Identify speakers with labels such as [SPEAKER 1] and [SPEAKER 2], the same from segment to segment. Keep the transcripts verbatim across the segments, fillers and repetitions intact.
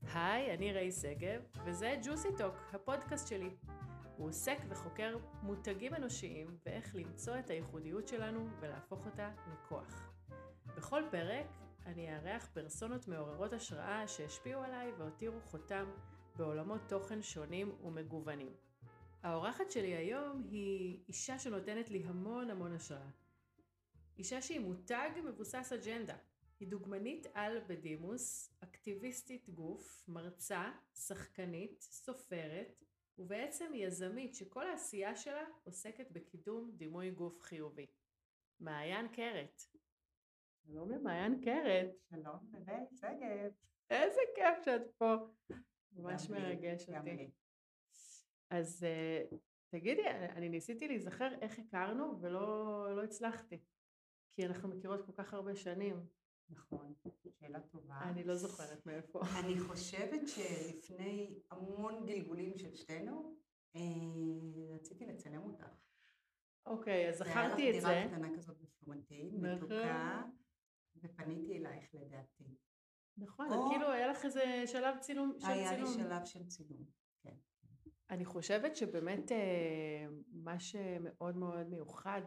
[SPEAKER 1] היי, אני ראי סגב, וזה ג'וסי טוק, הפודקאסט שלי. הוא עוסק וחוקר מותגים אנושיים ואיך למצוא את הייחודיות שלנו ולהפוך אותה לכוח. בכל פרק אני אארח פרסונות מעוררות השראה שהשפיעו עליי והותירו חותם בעולמות תוכן שונים ומגוונים. האורחת שלי היום היא אישה שנותנת לי המון המון השראה. אישה שהיא מותג מבוסס אג'נדה. היא דוגמנית על בדימוס, אקטיביסטית גוף, מרצה, שחקנית, סופרת, ובעצם יזמית שכל העשייה שלה עוסקת בקידום דימוי גוף חיובי. מעיין קרת. שלום למעיין קרת.
[SPEAKER 2] שלום לראי סגב.
[SPEAKER 1] איזה כיף שאת פה. ממש מרגש אותי. אז תגידי, אני ניסיתי להיזכר איך הכרנו ולא לא הצלחתי. כי אנחנו מכירות כל כך הרבה שנים.
[SPEAKER 2] נכון, שאלה טובה.
[SPEAKER 1] אני לא זוכרת מאיפה.
[SPEAKER 2] אני חושבת שלפני המון גלגולים של שתינו, רציתי לצלם אותך.
[SPEAKER 1] אוקיי, אז זכרתי את זה.
[SPEAKER 2] זה היה לך דירה קטנה כזאת בפלורנטין, מתוקה, ופניתי אלייך לדעתי.
[SPEAKER 1] נכון, כאילו היה לך איזה שלב צילום של צילום.
[SPEAKER 2] היה לי שלב של צילום, כן.
[SPEAKER 1] אני חושבת שבאמת מה שמאוד מאוד מיוחד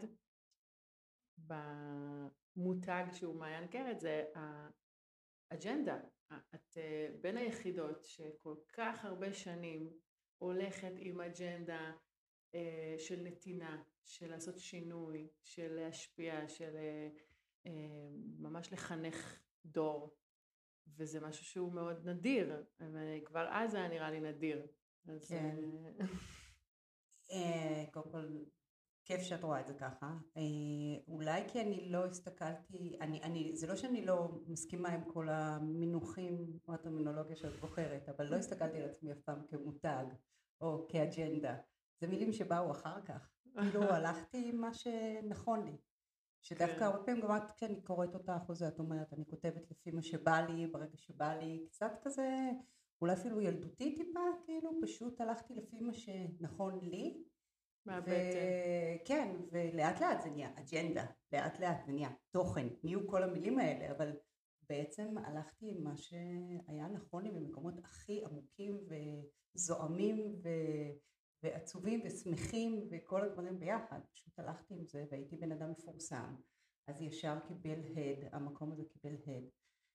[SPEAKER 1] במותג שהוא מעיין קרת זה האג'נדה. את בין היחידות שכל כך הרבה שנים הולכת עם אג'נדה של נתינה, של לעשות שינוי, של להשפיע, של ממש לחנך דור. וזה משהו שהוא מאוד נדיר, וכבר אז היה נראה לי נדיר.
[SPEAKER 2] כן. קודם כל, כיף שאת רואה את זה ככה. אולי כי אני לא הסתכלתי, אני, אני, זה לא שאני לא מסכימה עם כל המינוחים או הטרמינולוגיה שאת בוחרת, אבל לא הסתכלתי על עצמי אף פעם כמותג או כאג'נדה. זה מילים שבאו אחר כך. כאילו הלכתי עם מה שנכון לי. שדווקא הרבה פעמים גם כשאני קוראת אותך או זה, את אומרת, אני כותבת לפי מה שבא לי, ברגע שבא לי, קצת כזה, אולי אפילו ילדותי טיפה, כאילו פשוט הלכתי לפי מה שנכון לי.
[SPEAKER 1] מהבטן.
[SPEAKER 2] כן, ולאט לאט זה נהיה אג'נדה, לאט לאט זה נהיה תוכן, נהיו כל המילים האלה, אבל בעצם הלכתי עם מה שהיה נכון לי במקומות הכי עמוקים וזועמים ו... ועצובים ושמחים וכל הדברים ביחד. פשוט הלכתי עם זה והייתי בן אדם מפורסם, אז ישר קיבל הד, המקום הזה קיבל הד.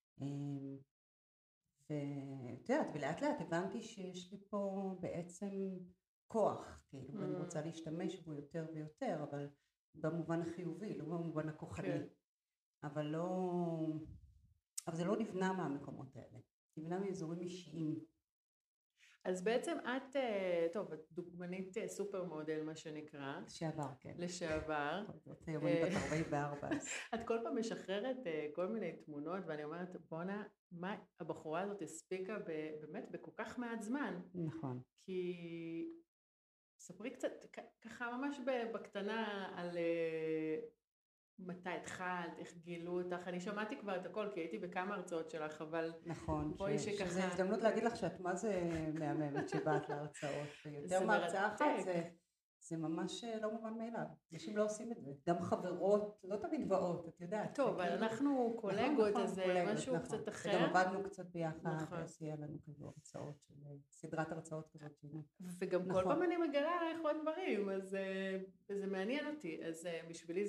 [SPEAKER 2] ואת יודעת, ולאט לאט הבנתי שיש לי פה בעצם כוח, כאילו, ואני רוצה להשתמש בו יותר ויותר, אבל במובן החיובי, לא במובן הכוחני. אבל לא, אבל זה לא נבנה מהמקומות האלה, נבנה מאזורים אישיים.
[SPEAKER 1] אז בעצם את, טוב, את דוגמנית סופר מודל, מה שנקרא.
[SPEAKER 2] לשעבר, כן.
[SPEAKER 1] לשעבר.
[SPEAKER 2] זאת היום אני בת ארבעים וארבע.
[SPEAKER 1] את כל פעם משחררת כל מיני תמונות, ואני אומרת, בונה, מה הבחורה הזאת הספיקה באמת בכל כך מעט זמן?
[SPEAKER 2] נכון.
[SPEAKER 1] כי ספרי קצת, ככה ממש בקטנה על מתי התחלת, איך גילו אותך. אני שמעתי כבר את הכל, כי הייתי בכמה הרצאות שלך, אבל...
[SPEAKER 2] נכון,
[SPEAKER 1] בואי שככה...
[SPEAKER 2] שזה הזדמנות להגיד לך שאת מה זה מהממת שבאת להרצאות. ויותר מהרצאה אחת זה... זה ממש לא מובן מאליו. אנשים לא עושים את זה. גם חברות, לא תמיד באות, את יודעת.
[SPEAKER 1] טוב, אבל אנחנו קולגות, אז זה משהו קצת אחר.
[SPEAKER 2] וגם עבדנו קצת ביחד, ועשייה לנו כזו הרצאות של סדרת הרצאות כזאת.
[SPEAKER 1] וגם כל פעם אני מגלה עלייך עוד דברים, אז זה מעניין אותי. אז בשבילי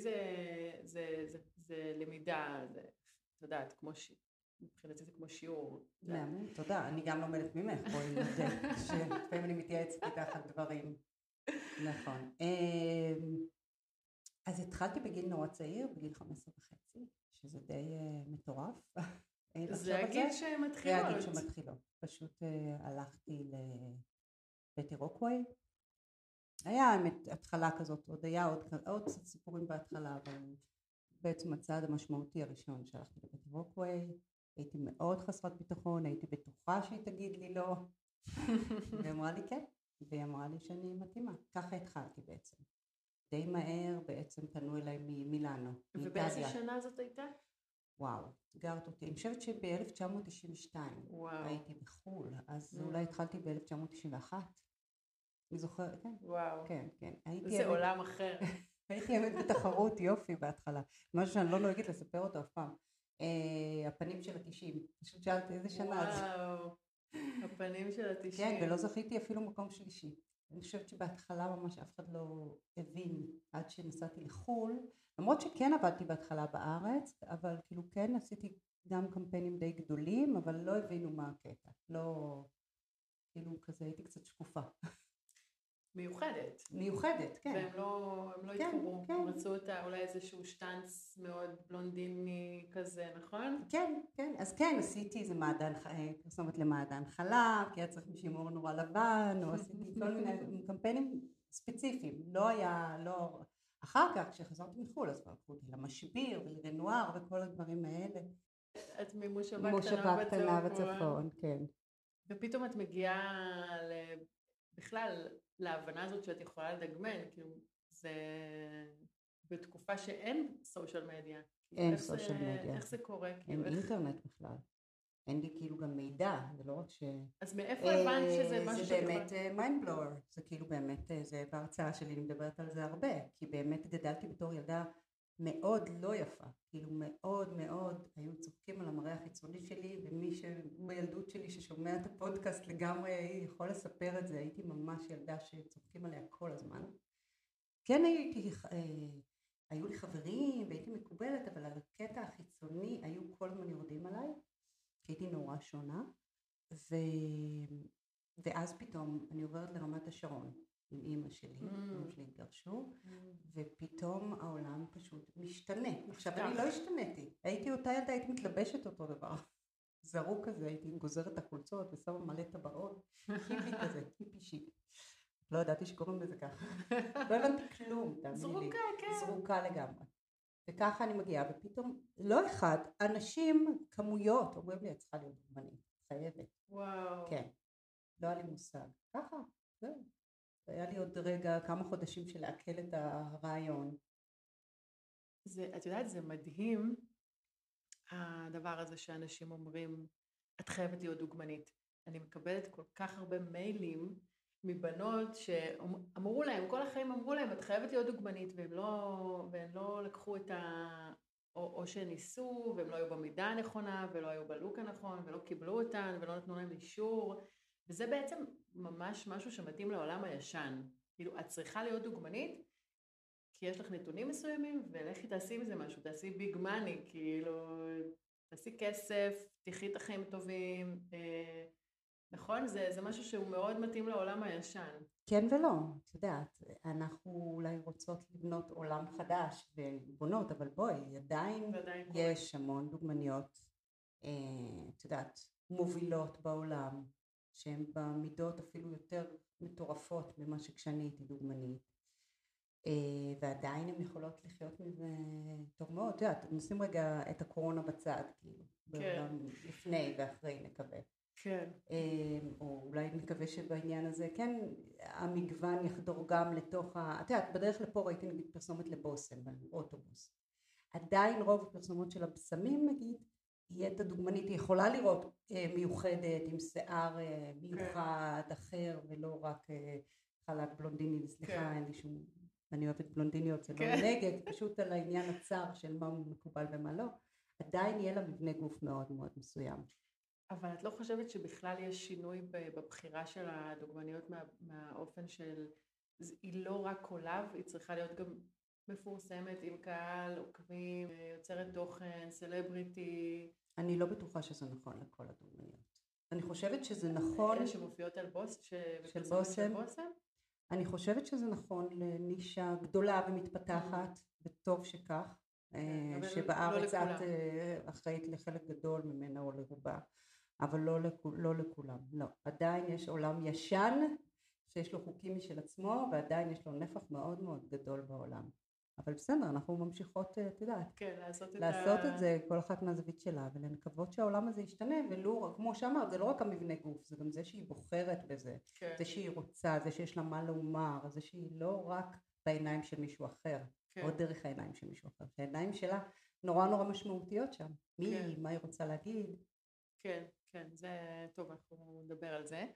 [SPEAKER 1] זה למידה, את יודעת, כמו ש... מבחינתי זה כמו שיעור.
[SPEAKER 2] תודה, אני גם לומדת ממך, בואי נודה, שפעמים אני מתייעצת איתך על דברים. נכון. אז התחלתי בגיל נורא צעיר, בגיל חמש עשרה וחצי, שזה די מטורף.
[SPEAKER 1] זה הגיל שמתחילות.
[SPEAKER 2] זה הגיל שמתחילות. פשוט הלכתי לבית אירוקוואי. היה התחלה כזאת, עוד היה עוד קצת סיפורים בהתחלה, אבל בעצם הצעד המשמעותי הראשון שהלכתי לבית אירוקוואי, הייתי מאוד חסרת ביטחון, הייתי בטוחה שהיא תגיד לי לא, והיא אמרה לי כן. והיא אמרה לי שאני מתאימה. ככה התחלתי בעצם. די מהר בעצם פנו אליי ממילאנו.
[SPEAKER 1] ובאיזה שנה זאת הייתה?
[SPEAKER 2] וואו, גרת אותי. אני חושבת שב-אלף תשע מאות תשעים ושתיים הייתי בחול, אז אולי התחלתי ב-אלף תשע מאות תשעים ואחת. אני זוכרת, כן?
[SPEAKER 1] וואו.
[SPEAKER 2] כן, כן.
[SPEAKER 1] זה עולם אחר.
[SPEAKER 2] הייתי אמת בתחרות יופי בהתחלה. משהו שאני לא נוהגת לספר אותו אף פעם. הפנים של התשעים. פשוט שאלתי איזה שנה.
[SPEAKER 1] וואו. הפנים של התשעים.
[SPEAKER 2] כן, ולא זכיתי אפילו מקום שלישי. אני חושבת שבהתחלה ממש אף אחד לא הבין עד שנסעתי לחול, למרות שכן עבדתי בהתחלה בארץ, אבל כאילו כן עשיתי גם קמפיינים די גדולים, אבל לא הבינו מה הקטע. לא, כאילו כזה הייתי קצת שקופה.
[SPEAKER 1] מיוחדת.
[SPEAKER 2] מיוחדת, כן.
[SPEAKER 1] והם לא, הם לא
[SPEAKER 2] כן,
[SPEAKER 1] התחברו,
[SPEAKER 2] כן.
[SPEAKER 1] הם רצו אותה אולי איזשהו שטנץ מאוד בלונדיני כזה, נכון?
[SPEAKER 2] כן, כן, אז כן, עשיתי איזה מעדן, פרסומת למעדן חלב, כי היה צריך שימור נורא לבן, או עשיתי כל מיני קמפיינים ספציפיים, לא היה, לא... אחר כך, כשחזרתי מחו"ל, אז כבר לקחו אותי למשביר ולרנואר וכל הדברים האלה.
[SPEAKER 1] את ממושבה
[SPEAKER 2] מושבה קטנה
[SPEAKER 1] בצפון.
[SPEAKER 2] בצפון, כן.
[SPEAKER 1] ופתאום את מגיעה בכלל להבנה הזאת שאת יכולה לדגמן, כאילו זה בתקופה שאין סושיאל מדיה.
[SPEAKER 2] אין סושיאל מדיה.
[SPEAKER 1] איך זה קורה?
[SPEAKER 2] אין אינטרנט בכלל. אין לי כאילו גם מידע, זה לא רק ש...
[SPEAKER 1] אז מאיפה הבנת שזה משהו
[SPEAKER 2] זה באמת mind blower, זה כאילו באמת, זה בהרצאה שלי, אני מדברת על זה הרבה, כי באמת גדלתי בתור ילדה מאוד לא יפה, כאילו מאוד מאוד היו צוחקים על המראה החיצוני שלי, ומי שבילדות שלי ששומע את הפודקאסט לגמרי יכול לספר את זה, הייתי ממש ילדה שצוחקים עליה כל הזמן. כן הייתי, היו לי חברים והייתי מקובלת, אבל על הקטע החיצוני היו כל הזמן יורדים עליי, כי הייתי נורא שונה, ו... ואז פתאום אני עוברת לרמת השרון עם אמא שלי, mm. אמא שלי התגרשו, mm. ופתאום העולם פשוט משתנה. עכשיו אני לא השתניתי, הייתי אותה ילדה, הייתי מתלבשת אותו דבר. זרוק כזה, הייתי גוזרת את החולצות ושמה מלא טבעות, היפי כזה, היפי שיק. לא ידעתי שקוראים לזה ככה. לא הבנתי כלום, תאמין לי.
[SPEAKER 1] זרוקה, כן.
[SPEAKER 2] זרוקה לגמרי. וככה אני מגיעה, ופתאום לא אחד, אנשים, כמויות, אומרים לי, את צריכה להיות דוגמנית, חייבת.
[SPEAKER 1] וואו.
[SPEAKER 2] כן, לא היה לי מושג. ככה, זהו. היה לי עוד רגע, כמה חודשים של לעכל את הרעיון.
[SPEAKER 1] זה, את יודעת, זה מדהים, הדבר הזה שאנשים אומרים, את חייבת להיות דוגמנית. אני מקבלת כל כך הרבה מיילים מבנות שאמרו להם, כל החיים אמרו להם, את חייבת להיות דוגמנית, והם לא, והם לא לקחו את ה... או, או שניסו, והם לא היו במידה הנכונה, ולא היו בלוק הנכון, ולא קיבלו אותן, ולא נתנו להם אישור. וזה בעצם ממש משהו שמתאים לעולם הישן. כאילו, את צריכה להיות דוגמנית, כי יש לך נתונים מסוימים, ולכי תעשי מזה משהו, תעשי ביג מאני, כאילו, תעשי כסף, תחי את החיים טובים, אה, נכון? זה, זה משהו שהוא מאוד מתאים לעולם הישן.
[SPEAKER 2] כן ולא, את יודעת, אנחנו אולי רוצות לבנות עולם חדש ובונות, אבל בואי, עדיין יש המון דוגמניות, את יודעת, מובילות בעולם, שהן במידות אפילו יותר מטורפות ממה שכשאני הייתי דוגמנית, ועדיין הן יכולות לחיות מזה טוב מאוד, את יודעת, נשים רגע את הקורונה בצד, כאילו, בעולם לפני ואחרי נקווה.
[SPEAKER 1] כן.
[SPEAKER 2] או אולי נקווה שבעניין הזה, כן, המגוון יחדור גם לתוך ה... את יודעת, בדרך לפה ראיתי נגיד פרסומת לבושם, אוטובוס. עדיין רוב הפרסומות של הבשמים, נגיד, יהיה את הדוגמנית, היא יכולה לראות מיוחדת, עם שיער מיוחד, אחר, ולא רק חלק בלונדיני, סליחה, אין לי שום... אני אוהבת בלונדיניות, זה לא נגד, פשוט על העניין הצר של מה מקובל ומה לא. עדיין יהיה לה מבנה גוף מאוד מאוד מסוים.
[SPEAKER 1] אבל את לא חושבת שבכלל יש שינוי בבחירה של הדוגמניות מה, מהאופן של, היא לא רק קולב, היא צריכה להיות גם מפורסמת עם קהל, עוקבים, יוצרת תוכן, סלבריטי.
[SPEAKER 2] אני לא בטוחה שזה נכון לכל הדוגמניות. אני חושבת שזה נכון...
[SPEAKER 1] אלה שמופיעות על בוס, ש...
[SPEAKER 2] של בושם.
[SPEAKER 1] של בושם?
[SPEAKER 2] אני חושבת שזה נכון לנישה גדולה ומתפתחת, וטוב שכך, שבארץ את אחראית לחלק גדול ממנה או לרובה. אבל לא, לכול, לא לכולם, לא. עדיין יש עולם ישן שיש לו חוקים משל עצמו, ועדיין יש לו נפח מאוד מאוד גדול בעולם. אבל בסדר, אנחנו ממשיכות, את יודעת,
[SPEAKER 1] כן, לעשות,
[SPEAKER 2] לעשות את,
[SPEAKER 1] את
[SPEAKER 2] ה... זה כל אחת מהזווית שלה, ולקוות שהעולם הזה ישתנה, ולא, כמו שאמרת, זה לא רק המבנה גוף, זה גם זה שהיא בוחרת בזה,
[SPEAKER 1] כן.
[SPEAKER 2] זה שהיא רוצה, זה שיש לה מה לומר, זה שהיא לא רק בעיניים של מישהו אחר, כן. או דרך העיניים של מישהו אחר, שהעיניים שלה נורא נורא משמעותיות שם, מי כן. היא, מה היא רוצה להגיד.
[SPEAKER 1] כן, כן, זה טוב, אנחנו נדבר על זה.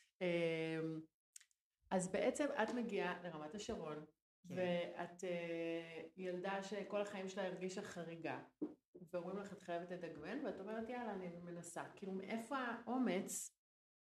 [SPEAKER 1] אז בעצם את מגיעה לרמת השרון, כן. ואת ילדה שכל החיים שלה הרגישה חריגה, ואומרים לך את חייבת לדגמן, ואת אומרת יאללה אני מנסה, כאילו מאיפה האומץ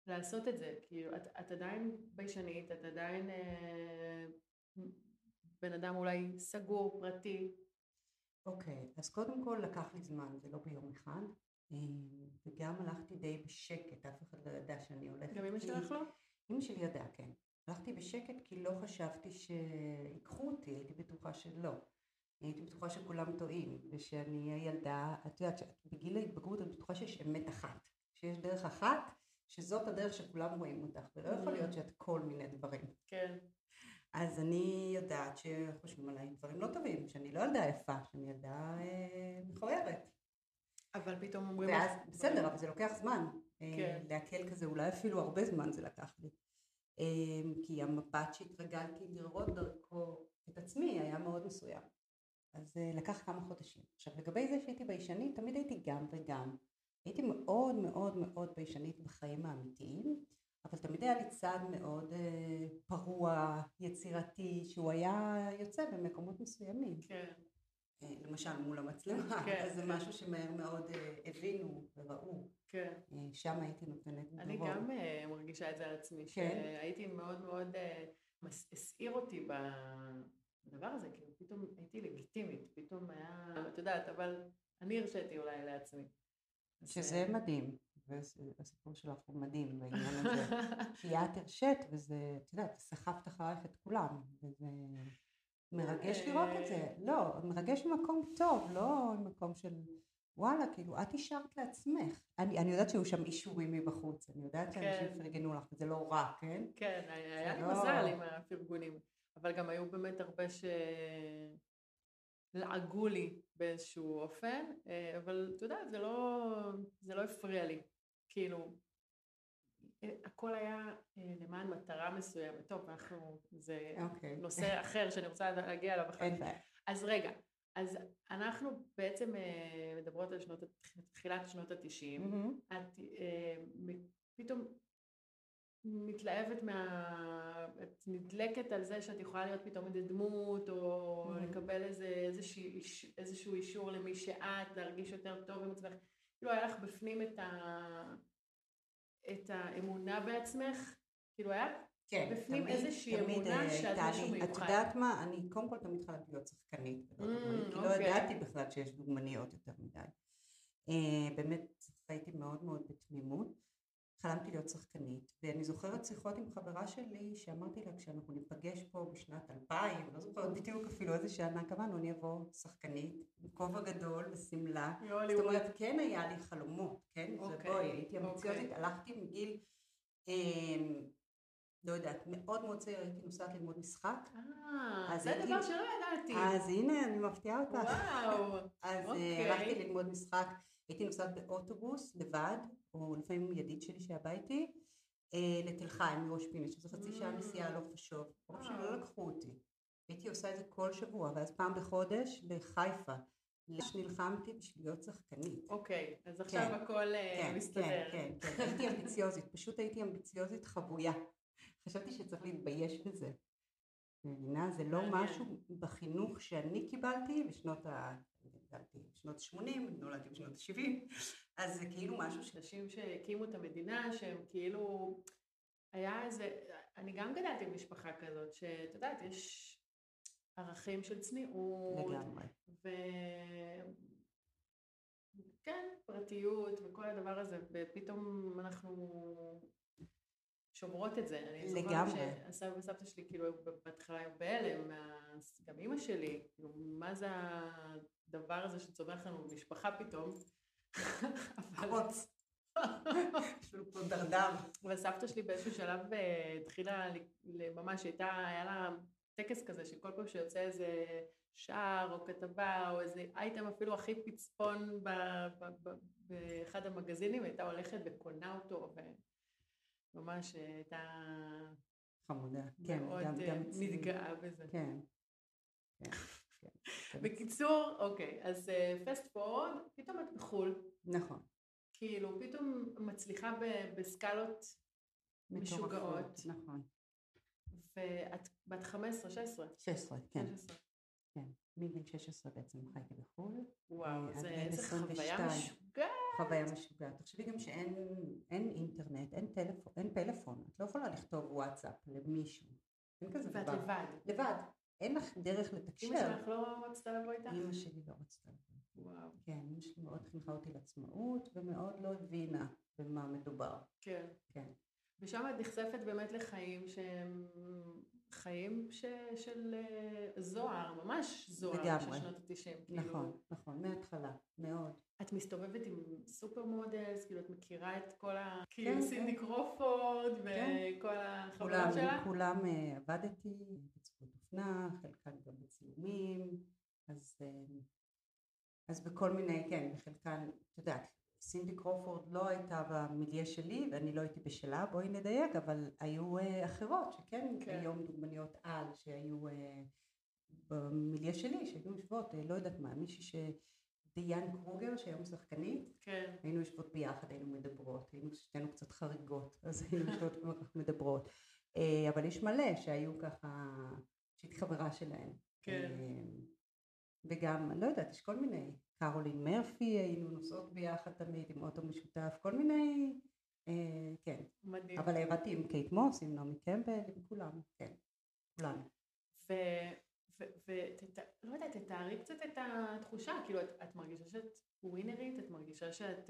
[SPEAKER 1] לעשות את זה, כאילו, את, את עדיין ביישנית, את עדיין אה, בן אדם אולי סגור, פרטי.
[SPEAKER 2] אוקיי, אז קודם כל לקח לי זמן, זה לא ביום אחד, אה, וגם הלכתי די בשקט, אף אחד לא ידע שאני הולכת.
[SPEAKER 1] גם אמא
[SPEAKER 2] כי-
[SPEAKER 1] שלך לא?
[SPEAKER 2] אמא שלי ידעה, כן. הלכתי בשקט כי לא חשבתי שיקחו אותי, הייתי בטוחה שלא. הייתי בטוחה שכולם טועים, ושאני אהיה ילדה, את יודעת, שאת בגיל ההתבגרות את בטוחה שיש אמת אחת, שיש דרך אחת, שזאת הדרך שכולם רואים אותך, ולא יכול להיות שאת כל מיני דברים.
[SPEAKER 1] כן.
[SPEAKER 2] אז אני יודעת שחושבים עליי דברים לא טובים, שאני לא ילדה יפה, שאני ילדה אה, מכוערת.
[SPEAKER 1] אבל פתאום אומרים...
[SPEAKER 2] ואז,
[SPEAKER 1] לך-
[SPEAKER 2] בסדר, אבל זה לוקח זמן. אה,
[SPEAKER 1] כן.
[SPEAKER 2] להקל כזה, אולי אפילו הרבה זמן זה לקח לי. אה, כי המבט שהתרגלתי לראות דרכו את עצמי היה מאוד מסוים. אז אה, לקח כמה חודשים. עכשיו, לגבי זה שהייתי ביישנית, תמיד הייתי גם וגם. הייתי מאוד מאוד מאוד ביישנית בחיים האמיתיים, אבל תמיד היה לי צד מאוד אה, פרוע, יצירתי, שהוא היה יוצא במקומות מסוימים.
[SPEAKER 1] כן.
[SPEAKER 2] אה, למשל מול המצלמה,
[SPEAKER 1] כן,
[SPEAKER 2] אז זה
[SPEAKER 1] כן.
[SPEAKER 2] משהו שמהר מאוד אה, הבינו וראו.
[SPEAKER 1] כן.
[SPEAKER 2] אה, שם הייתי נותנת ברוב.
[SPEAKER 1] אני גם אה, מרגישה את זה על עצמי,
[SPEAKER 2] כן.
[SPEAKER 1] שהייתי מאוד מאוד, אה, מס- הסעיר אותי בדבר הזה, כאילו פתאום הייתי לגיטימית, פתאום היה, את יודעת, אבל אני הרשיתי אולי לעצמי. אז,
[SPEAKER 2] שזה
[SPEAKER 1] אה,
[SPEAKER 2] מדהים, והסיפור שלך הוא מדהים בעניין הזה. כי את הרשית, וזה, את יודעת, סחבת אחריך את כולם, וזה מרגש לראות את זה. לא, מרגש ממקום טוב, לא ממקום של וואלה, כאילו, את אישרת לעצמך. אני, אני יודעת שהיו שם אישורים מבחוץ, אני יודעת שאנשים
[SPEAKER 1] כן.
[SPEAKER 2] פרגנו לך, זה לא רע, כן?
[SPEAKER 1] כן, היה לי
[SPEAKER 2] לא-
[SPEAKER 1] מזל עם הפרגונים, אבל גם היו באמת הרבה שלעגו לי באיזשהו אופן, אה, אבל אתה יודע, זה לא, זה לא הפריע לי, כאילו, אה, הכל היה אה, למען מטרה מסוימת. טוב, אנחנו, זה
[SPEAKER 2] אוקיי.
[SPEAKER 1] נושא אחר שאני רוצה להגיע אליו אחר.
[SPEAKER 2] אין בעיה.
[SPEAKER 1] אז רגע, אז אנחנו בעצם אה, מדברות על שנות, תחילת שנות התשעים,
[SPEAKER 2] מהמם.
[SPEAKER 1] את אה, מ- פתאום מתלהבת מה... את נדלקת על זה שאת יכולה להיות פתאום איזה דמות, או
[SPEAKER 2] מהמם.
[SPEAKER 1] לקבל איזה, איזשהו, איש- איזשהו אישור למי שאת, להרגיש יותר טוב עם עצמך. כאילו היה לך בפנים את, ה... את האמונה בעצמך, כאילו היה
[SPEAKER 2] כן,
[SPEAKER 1] בפנים
[SPEAKER 2] תמיד,
[SPEAKER 1] איזושהי
[SPEAKER 2] תמיד
[SPEAKER 1] אמונה
[SPEAKER 2] אה,
[SPEAKER 1] שאת
[SPEAKER 2] הייתה
[SPEAKER 1] משהו
[SPEAKER 2] לי, את
[SPEAKER 1] מיוחד.
[SPEAKER 2] יודעת מה, אני קודם כל תמיד חלמתי להיות שחקנית, ולא
[SPEAKER 1] Mm,
[SPEAKER 2] דוגמנית, כי לא
[SPEAKER 1] אוקיי.
[SPEAKER 2] ידעתי בכלל שיש דוגמניות יותר מדי. אה, באמת הייתי מאוד מאוד בתמימות, חלמתי להיות שחקנית, ואני זוכרת שיחות עם חברה שלי, שאמרתי לה כשאנחנו ניפגש פה בשנת אלפיים, לא זוכרת בדיוק אפילו איזה שנה קבענו, אני אבוא שחקנית, עם כובע גדול ושמלה, זאת אומרת, כן היה לי חלומות, כן?
[SPEAKER 1] אוקיי,
[SPEAKER 2] ובואי, הייתי אמביציוזית,
[SPEAKER 1] אוקיי.
[SPEAKER 2] הלכתי מגיל, אה, לא יודעת, מאוד מאוד צעיר, הייתי נוסעת ללמוד משחק.
[SPEAKER 1] אה,
[SPEAKER 2] אז
[SPEAKER 1] זה
[SPEAKER 2] הייתי-
[SPEAKER 1] דבר שלא ידעתי.
[SPEAKER 2] אז הנה, אני מפתיעה אותך.
[SPEAKER 1] וואו.
[SPEAKER 2] אז
[SPEAKER 1] אוקיי.
[SPEAKER 2] אה, הלכתי ללמוד משחק, הייתי נוסעת באוטובוס לבד, או לפעמים עם ידיד שלי שהיה ביתי, אה, לתל חי מראש פינה, שזו חצי שעה נסיעה הלוך ושוב. ברור שלא
[SPEAKER 1] וואו.
[SPEAKER 2] לקחו אותי. הייתי עושה את זה כל שבוע, ואז פעם בחודש לחיפה. נלחמתי בשביל להיות שחקנית.
[SPEAKER 1] אוקיי, אז עכשיו
[SPEAKER 2] כן,
[SPEAKER 1] הכל אה,
[SPEAKER 2] כן,
[SPEAKER 1] מסתדר.
[SPEAKER 2] כן, כן, כן. הייתי אמביציוזית, פשוט הייתי אמביציוזית חבויה. חשבתי שצריך להתבייש בזה. מבינה, זה לא
[SPEAKER 1] מעניין.
[SPEAKER 2] משהו בחינוך שאני קיבלתי בשנות ה... גדלתי בשנות ה-שמונים, נולדתי בשנות ה-שבעים, אז זה כאילו משהו ש...
[SPEAKER 1] אנשים שהקימו את המדינה, שהם כאילו, היה איזה, אני גם גדלתי במשפחה כזאת, שאת יודעת, יש ערכים של צניעות,
[SPEAKER 2] לגמרי.
[SPEAKER 1] וכן, פרטיות וכל הדבר הזה, ופתאום אנחנו שומרות את זה. אני זוכרת
[SPEAKER 2] לגמרי.
[SPEAKER 1] שהסבא וסבתא שלי כאילו בהתחלה היו בהלם, מה- גם אמא שלי, כאילו, מה זה הדבר הזה שצומח לנו במשפחה פתאום? אבל-
[SPEAKER 2] קרוץ. יש לנו פה דרדר.
[SPEAKER 1] וסבתא שלי באיזשהו שלב אה, התחילה, ל- ל- ממש הייתה, היה לה טקס כזה שכל פעם שיוצא איזה שער או כתבה או איזה אייטם אפילו הכי פצפון ב- ב- ב- באחד המגזינים, הייתה הולכת וקונה אותו וממש הייתה
[SPEAKER 2] חמודה. כן,
[SPEAKER 1] מאוד
[SPEAKER 2] גם,
[SPEAKER 1] אה,
[SPEAKER 2] גם אצלי.
[SPEAKER 1] מתגאה בזה.
[SPEAKER 2] כן. כן, כן.
[SPEAKER 1] בקיצור, אוקיי, אז פסט פורוד, פתאום את בחול,
[SPEAKER 2] נכון.
[SPEAKER 1] כאילו פתאום מצליחה ב- בסקלות משוגעות.
[SPEAKER 2] מטורפות, נכון.
[SPEAKER 1] ואת בת חמש עשרה, שש עשרה.
[SPEAKER 2] שש עשרה, כן.
[SPEAKER 1] שש עשרה.
[SPEAKER 2] כן. מגיל שש עשרה בעצם חייתי בחו"ל.
[SPEAKER 1] וואו,
[SPEAKER 2] עד
[SPEAKER 1] זה
[SPEAKER 2] גיל
[SPEAKER 1] איזה
[SPEAKER 2] עשרים
[SPEAKER 1] חוויה
[SPEAKER 2] ושתיים.
[SPEAKER 1] משוגעת.
[SPEAKER 2] חוויה משוגעת. תחשבי גם שאין אין אינטרנט, אין טלפון, אין פלאפון. את לא יכולה לכתוב וואטסאפ למישהו. אין כזה דבר.
[SPEAKER 1] ואת לבד.
[SPEAKER 2] לבד. אין לך דרך לתקשר.
[SPEAKER 1] אמא שלך לא רצתה לבוא איתך?
[SPEAKER 2] אמא שלי לא רצתה לבוא.
[SPEAKER 1] וואו.
[SPEAKER 2] כן, אמא שלי מאוד חינכה אותי לעצמאות, ומאוד לא הבינה במה מדובר.
[SPEAKER 1] כן.
[SPEAKER 2] כן.
[SPEAKER 1] ושם את נחשפת באמת לחיים שהם חיים ש... של זוהר, ממש זוהר של שנות ה-תשעים.
[SPEAKER 2] נכון,
[SPEAKER 1] כאילו...
[SPEAKER 2] נכון, מההתחלה, מאוד.
[SPEAKER 1] את מסתובבת עם סופר מודלס, כאילו את מכירה את כל ה... כאילו סינדי קרופורד וכל החברות שלה?
[SPEAKER 2] כולם עבדתי בצפות אופנה, חלקן גם בצילומים, אז, אז בכל מיני, כן, בחלקן, את יודעת, סינדי קרופורד לא הייתה במיליה שלי, ואני לא הייתי בשלה, בואי נדייק, אבל היו אחרות שכן, כן. היום דוגמניות על שהיו במיליה שלי, שהיו יושבות, לא יודעת מה, מישהי ש... דיאן קרוגר שהיום שחקנית,
[SPEAKER 1] כן.
[SPEAKER 2] היינו יושבות ביחד, היינו מדברות, היינו שתינו קצת חריגות, אז היינו יושבות כל כך מדברות, אבל יש מלא שהיו ככה, שהייתי חברה שלהן.
[SPEAKER 1] כן.
[SPEAKER 2] וגם, לא יודעת, יש כל מיני, קרולין מרפי, היינו נוסעות ביחד תמיד עם אוטו משותף, כל מיני, כן.
[SPEAKER 1] מדהים.
[SPEAKER 2] אבל עבדתי עם קייט מוס, עם נעמי קמבל, עם כולם, כן, כולם.
[SPEAKER 1] ו... ולא יודעת, תתארי קצת את התחושה, כאילו את מרגישה שאת ווינרית, את מרגישה שאת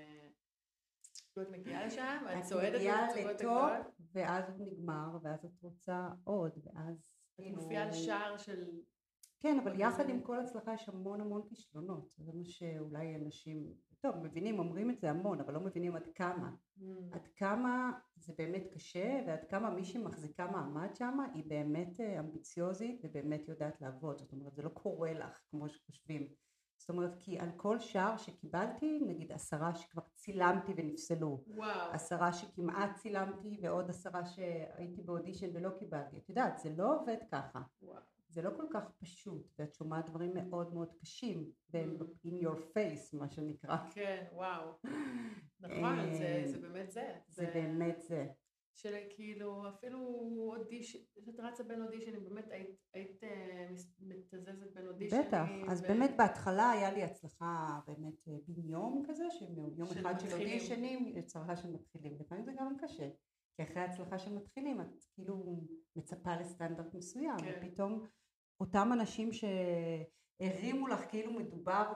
[SPEAKER 1] את מגיעה לשם, את צועדת
[SPEAKER 2] את מגיעה לטופ, ואז את נגמר, ואז את רוצה עוד, ואז...
[SPEAKER 1] את מופיעה על שער של...
[SPEAKER 2] כן, אבל יחד עם כל הצלחה יש המון המון כישלונות, זה מה שאולי אנשים, טוב, מבינים, אומרים את זה המון, אבל לא מבינים עד כמה. עד כמה זה באמת קשה, ועד כמה מי שמחזיקה מעמד שם, היא באמת אמביציוזית, ובאמת יודעת לעבוד, זאת אומרת, זה לא קורה לך, כמו שחושבים. זאת אומרת, כי על כל שער שקיבלתי, נגיד עשרה שכבר צילמתי ונפסלו,
[SPEAKER 1] וואו.
[SPEAKER 2] עשרה שכמעט צילמתי, ועוד עשרה שהייתי באודישן ולא קיבלתי. את יודעת, זה לא עובד ככה.
[SPEAKER 1] וואו.
[SPEAKER 2] זה לא כל כך פשוט, ואת שומעת דברים מאוד מאוד קשים, in your face, מה שנקרא.
[SPEAKER 1] כן, וואו. נכון, זה באמת זה.
[SPEAKER 2] זה באמת זה.
[SPEAKER 1] של כאילו, אפילו אודישן, שאת רצה בין אודישנים, באמת היית מתזזת בין אודישנים.
[SPEAKER 2] בטח, אז באמת בהתחלה היה לי הצלחה באמת בין יום כזה, שיום אחד של אודישנים, הצלחה של מתחילים, לפעמים זה גם קשה. כי אחרי ההצלחה של מתחילים, את כאילו מצפה לסטנדרט מסוים, כן. ופתאום אותם אנשים שהרימו לך כאילו מדובר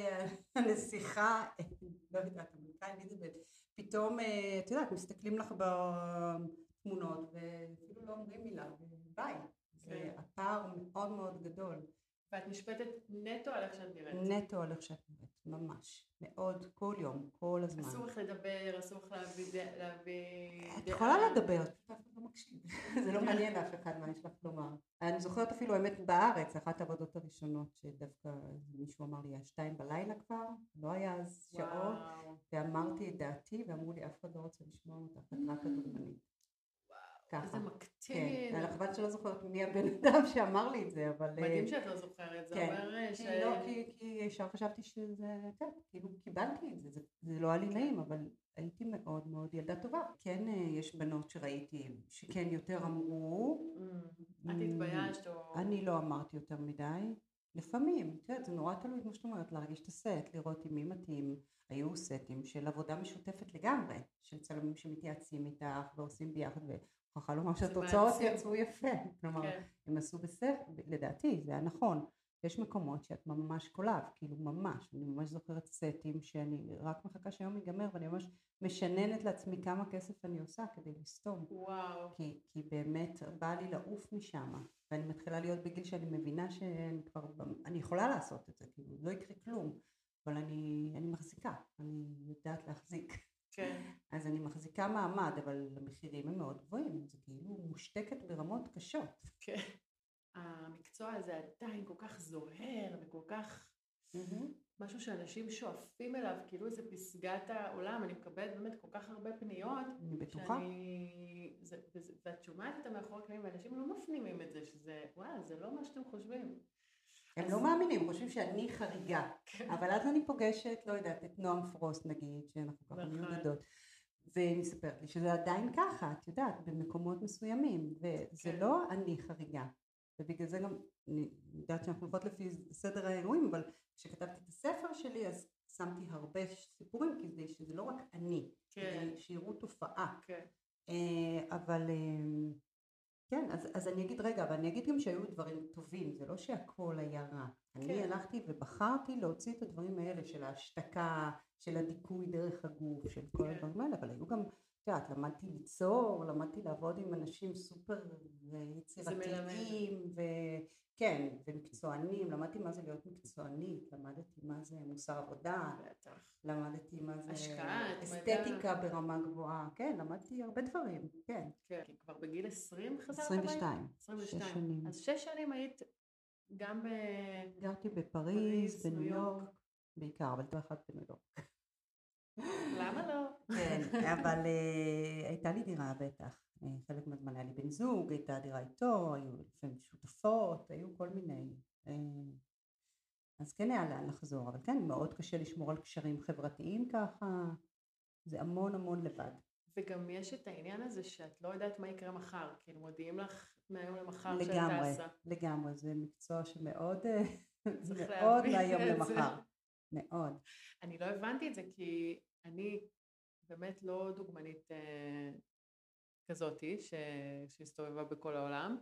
[SPEAKER 2] בנסיכה, לא יודעת, אמריקאי, פתאום, את יודעת, מסתכלים לך בתמונות, ואפילו לא אומרים מילה, ביי. זה הפער מאוד מאוד גדול.
[SPEAKER 1] ואת משפטת נטו על איך שאת נראית.
[SPEAKER 2] נטו על איך שאת נראית, ממש. מאוד, כל יום, כל הזמן.
[SPEAKER 1] אסור לך לדבר, אסור לך להביא...
[SPEAKER 2] את יכולה לדבר, את פשוט אף אחד לא מקשיב. זה לא מעניין לאף אחד מה יש לך לומר. אני זוכרת אפילו האמת בארץ, אחת העבודות הראשונות שדווקא מישהו אמר לי, שתיים בלילה כבר, לא היה אז שעות, ואמרתי את דעתי, ואמרו לי, אף אחד לא רוצה לשמוע אותך, את רק הדוגמנית.
[SPEAKER 1] איזה מקטין.
[SPEAKER 2] אני חושבת שלא זוכרת מי הבן אדם שאמר לי את זה, אבל...
[SPEAKER 1] מדהים שאת לא זוכרת, זה אומר ש...
[SPEAKER 2] לא, כי ישר חשבתי שזה... כן, כאילו קיבלתי את זה, זה לא היה לי נעים, אבל הייתי מאוד מאוד ילדה טובה. כן, יש בנות שראיתי שכן יותר אמרו...
[SPEAKER 1] את התביישת או...
[SPEAKER 2] אני לא אמרתי יותר מדי. לפעמים, תראה, זה נורא תלוי, כמו שאת אומרת, להרגיש את הסט, לראות עם מי מתאים. היו סטים של עבודה משותפת לגמרי, של צלמים שמתייעצים איתך ועושים ביחד ו... הוכחה לומר שהתוצאות יצאו יפה, כלומר, הם עשו בסך, לדעתי, זה היה נכון, יש מקומות שאת ממש קולב, כאילו ממש, אני ממש זוכרת סטים שאני רק מחכה שהיום ייגמר, ואני ממש משננת לעצמי כמה כסף אני עושה כדי לסתום,
[SPEAKER 1] וואו.
[SPEAKER 2] כי, כי באמת בא לי לעוף משם, ואני מתחילה להיות בגיל שאני מבינה שאני כבר, אני יכולה לעשות את זה, כאילו, לא יקרה כלום, אבל אני, אני מחזיקה, אני יודעת להחזיק.
[SPEAKER 1] כן.
[SPEAKER 2] אז אני מחזיקה מעמד, אבל המחירים הם מאוד גבוהים, זה כאילו מושתקת ברמות קשות.
[SPEAKER 1] כן. המקצוע הזה עדיין כל כך זוהר וכל כך משהו שאנשים שואפים אליו, כאילו איזה פסגת העולם, אני מקבלת באמת כל כך הרבה פניות.
[SPEAKER 2] אני בטוחה.
[SPEAKER 1] ואת שומעת את המאחורי הקלעים, ואנשים לא מפנימים את זה, שזה, וואו, זה לא מה שאתם חושבים.
[SPEAKER 2] הם לא מאמינים, חושבים שאני חריגה, אבל אז אני פוגשת, לא יודעת, את נועם פרוסט נגיד, שאנחנו ככה מיודדות, והיא מספרת לי שזה עדיין ככה, את יודעת, במקומות מסוימים, וזה לא אני חריגה, ובגלל זה גם, אני יודעת שאנחנו הולכות לפי סדר האירועים, אבל כשכתבתי את הספר שלי, אז שמתי הרבה סיפורים כדי שזה לא רק אני,
[SPEAKER 1] כן.
[SPEAKER 2] כדי שיראו תופעה.
[SPEAKER 1] כן.
[SPEAKER 2] אבל כן, אז, אז אני אגיד רגע, אבל אני אגיד גם שהיו דברים טובים, זה לא שהכל היה רע. כן. אני הלכתי ובחרתי להוציא את הדברים האלה של ההשתקה, של הדיכוי דרך הגוף, של כל כן. הדברים האלה, אבל היו גם, את יודעת, למדתי ליצור, למדתי לעבוד עם אנשים סופר יצירתיים, וכן, ומקצוענים, למדתי מה זה להיות מקצוענית, למדתי מה זה מוסר עבודה, בטח. למדתי מה זה
[SPEAKER 1] השקעה,
[SPEAKER 2] אסתטיקה מדע. ברמה גבוהה, כן, למדתי הרבה דברים, כן.
[SPEAKER 1] כן, כי כבר בגיל עשרים חזרת
[SPEAKER 2] עשרים ושתיים.
[SPEAKER 1] עשרים ושתיים. שש שנים. אז שש שנים היית גם ב...
[SPEAKER 2] גרתי בפריז, בניו יורק, בעיקר, אבל לא אחת בניו יורק.
[SPEAKER 1] למה לא?
[SPEAKER 2] כן, אבל uh, הייתה לי דירה בטח, חלק מהזמן היה לי בן זוג, הייתה דירה איתו, היו לפעמים שותפות, היו כל מיני, uh, אז כן היה לאן לחזור, אבל כן, מאוד קשה לשמור על קשרים חברתיים ככה, זה המון המון לבד.
[SPEAKER 1] וגם יש את העניין הזה שאת לא יודעת מה יקרה מחר, כאילו מודיעים לך מהיום למחר שאת
[SPEAKER 2] לגמרי,
[SPEAKER 1] טסה.
[SPEAKER 2] לגמרי, זה מקצוע שמאוד, מאוד מהיום למחר, מאוד.
[SPEAKER 1] אני לא הבנתי את זה כי אני באמת לא דוגמנית אה, כזאתי שהסתובבה בכל העולם,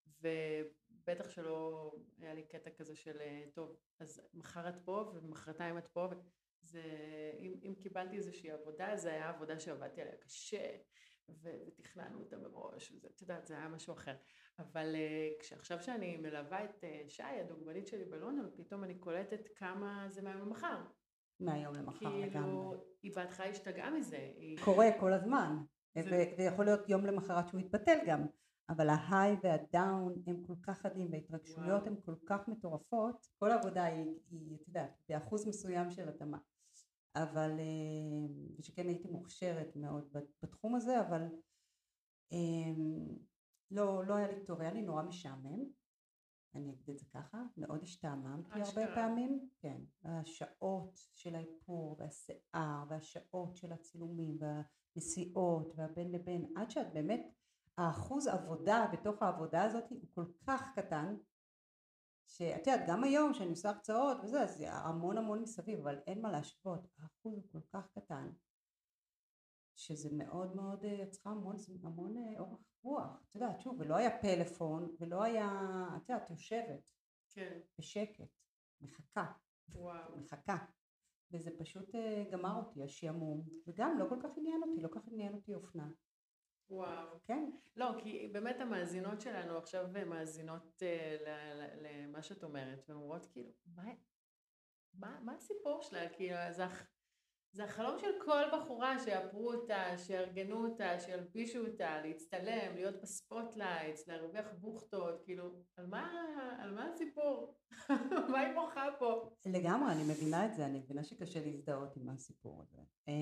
[SPEAKER 1] ובטח שלא היה לי קטע כזה של טוב, אז מחר את פה ומחרתיים את פה, זה, אם, אם קיבלתי איזושהי עבודה, זה היה עבודה שעבדתי עליה קשה, ו- ותכננו אותה מראש, וזה, את יודעת, זה היה משהו אחר. אבל uh, כשעכשיו שאני מלווה את uh, שי, הדוגמנית שלי בלונדון, פתאום אני קולטת כמה זה מהיום למחר.
[SPEAKER 2] מהיום למחר לגמרי.
[SPEAKER 1] כאילו, היא בהתחלה השתגעה מזה. היא...
[SPEAKER 2] קורה כל הזמן,
[SPEAKER 1] זה...
[SPEAKER 2] ו- ויכול להיות יום למחרת שהוא יתבטל גם, אבל ההיי והדאון הם כל כך חדים, וההתרגשויות הן כל כך מטורפות, כל העבודה היא, היא, את יודעת, באחוז מסוים של התאמה. אבל, ושכן הייתי מוכשרת מאוד בתחום הזה, אבל לא, לא היה לי טוב, היה לי נורא משעמם, אני אגיד את זה ככה, מאוד השתעממתי הרבה פעמים, כן, השעות של האיפור והשיער והשעות של הצילומים והנסיעות והבין לבין, עד שאת באמת, האחוז עבודה בתוך העבודה הזאת הוא כל כך קטן, שאת יודעת, גם היום שאני עושה הרצאות וזה, אז זה המון המון מסביב, אבל אין מה להשוות, האחוז הוא כל כך קטן, שזה מאוד מאוד, צריכה המון, המון אורך רוח, את יודעת, שוב, ולא היה פלאפון, ולא היה, את יודעת, יושבת,
[SPEAKER 1] כן.
[SPEAKER 2] בשקט, מחכה,
[SPEAKER 1] וואו.
[SPEAKER 2] מחכה, וזה פשוט גמר אותי, השעמום, וגם לא כל כך עניין אותי, לא כל כך עניין אותי אופנה.
[SPEAKER 1] וואו.
[SPEAKER 2] כן.
[SPEAKER 1] לא, כי באמת המאזינות שלנו עכשיו מאזינות למה שאת אומרת, והן אומרות כאילו, מה, מה, מה הסיפור שלה? כאילו, זה, זה החלום של כל בחורה שיאפרו אותה, שיארגנו אותה, שילבישו אותה, להצטלם, להיות בספוטלייטס, להרוויח בוכטות, כאילו, על מה, על מה הסיפור? מה היא מוחה פה?
[SPEAKER 2] לגמרי, אני מבינה את זה, אני מבינה שקשה להזדהות עם הסיפור הזה.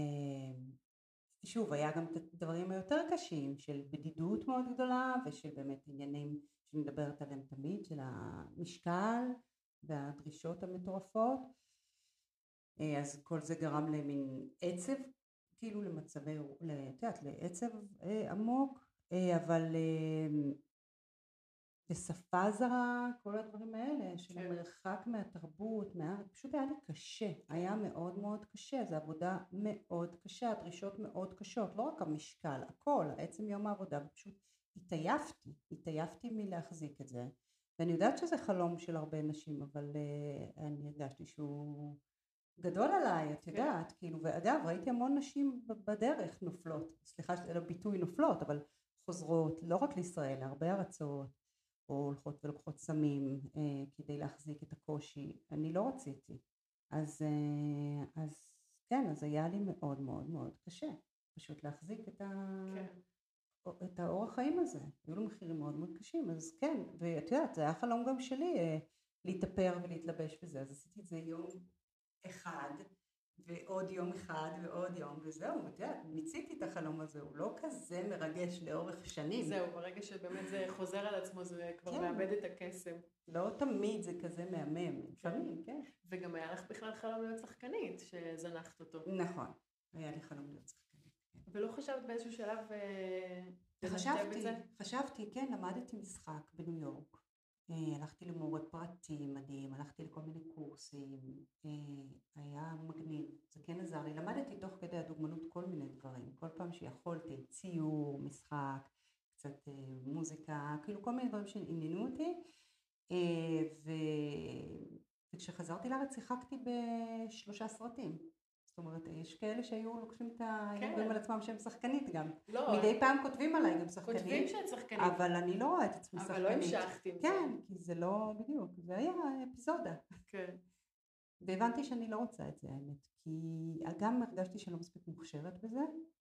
[SPEAKER 2] שוב, היה גם את הדברים היותר קשים של בדידות מאוד גדולה ושל באמת עניינים שאני מדברת עליהם תמיד, של המשקל והדרישות המטורפות. אז כל זה גרם למין עצב, כאילו למצבי, את יודעת, לעצב עמוק, אבל בשפה זרה, כל הדברים האלה של המרחק מהתרבות, מה... פשוט היה לי קשה, היה מאוד מאוד קשה, זו עבודה מאוד קשה, הדרישות מאוד קשות, לא רק המשקל, הכל, עצם יום העבודה, ופשוט התעייפתי, התעייפתי מלהחזיק את זה, ואני יודעת שזה חלום של הרבה נשים, אבל uh, אני הרגשתי שהוא גדול עליי, את יודעת, כאילו, ואגב, ראיתי המון נשים בדרך נופלות, סליחה שזה לא ביטוי נופלות, אבל חוזרות, לא רק לישראל, להרבה ארצות, או הולכות ולוקחות סמים אה, כדי להחזיק את הקושי, אני לא רציתי, אז, אה, אז כן, אז היה לי מאוד מאוד מאוד קשה, פשוט להחזיק את, ה... כן. את האורח חיים הזה, היו לו מחירים מאוד מאוד קשים, אז כן, ואת יודעת, זה היה חלום גם שלי, אה, להתאפר ולהתלבש בזה, אז עשיתי את זה יום אחד, ועוד יום אחד ועוד יום, וזהו, את יודעת, ניציתי את החלום הזה, הוא לא כזה מרגש לאורך שנים.
[SPEAKER 1] זהו, ברגע שבאמת זה חוזר על עצמו, זה כבר כן. מאבד את הקסם.
[SPEAKER 2] לא תמיד זה כזה מהמם, לפעמים, כן.
[SPEAKER 1] וגם היה לך בכלל חלום להיות שחקנית, שזנחת אותו.
[SPEAKER 2] נכון, היה לי חלום להיות שחקנית. כן.
[SPEAKER 1] ולא חשבת באיזשהו שלב
[SPEAKER 2] חשבתי, חשבתי, כן, למדתי משחק בניו יורק, אה, הלכתי למורה פרטי מדהים, הלכתי לכל מיני קורסים, אה, היה מגניב, זה כן עזר לי, למדתי תוך כדי הדוגמנות כל מיני דברים, כל פעם שיכולתי, ציור, משחק, קצת אה, מוזיקה, כאילו כל מיני דברים שעניינו אותי, אה, ו... וכשחזרתי לארץ שיחקתי בשלושה סרטים. זאת אומרת, יש כאלה שהיו לוקחים את ה... היו אומרים על עצמם שהם שחקנית גם.
[SPEAKER 1] לא.
[SPEAKER 2] מדי פעם כותבים עליי גם שחקנית.
[SPEAKER 1] כותבים שאת שחקנית.
[SPEAKER 2] אבל אני לא רואה את עצמי שחקנית.
[SPEAKER 1] אבל לא המשכתי עם זה.
[SPEAKER 2] כן, כי זה לא בדיוק, זה היה אפיזודה.
[SPEAKER 1] כן.
[SPEAKER 2] והבנתי שאני לא רוצה את זה, האמת. כי גם הרגשתי שאני לא מספיק מוכשרת בזה,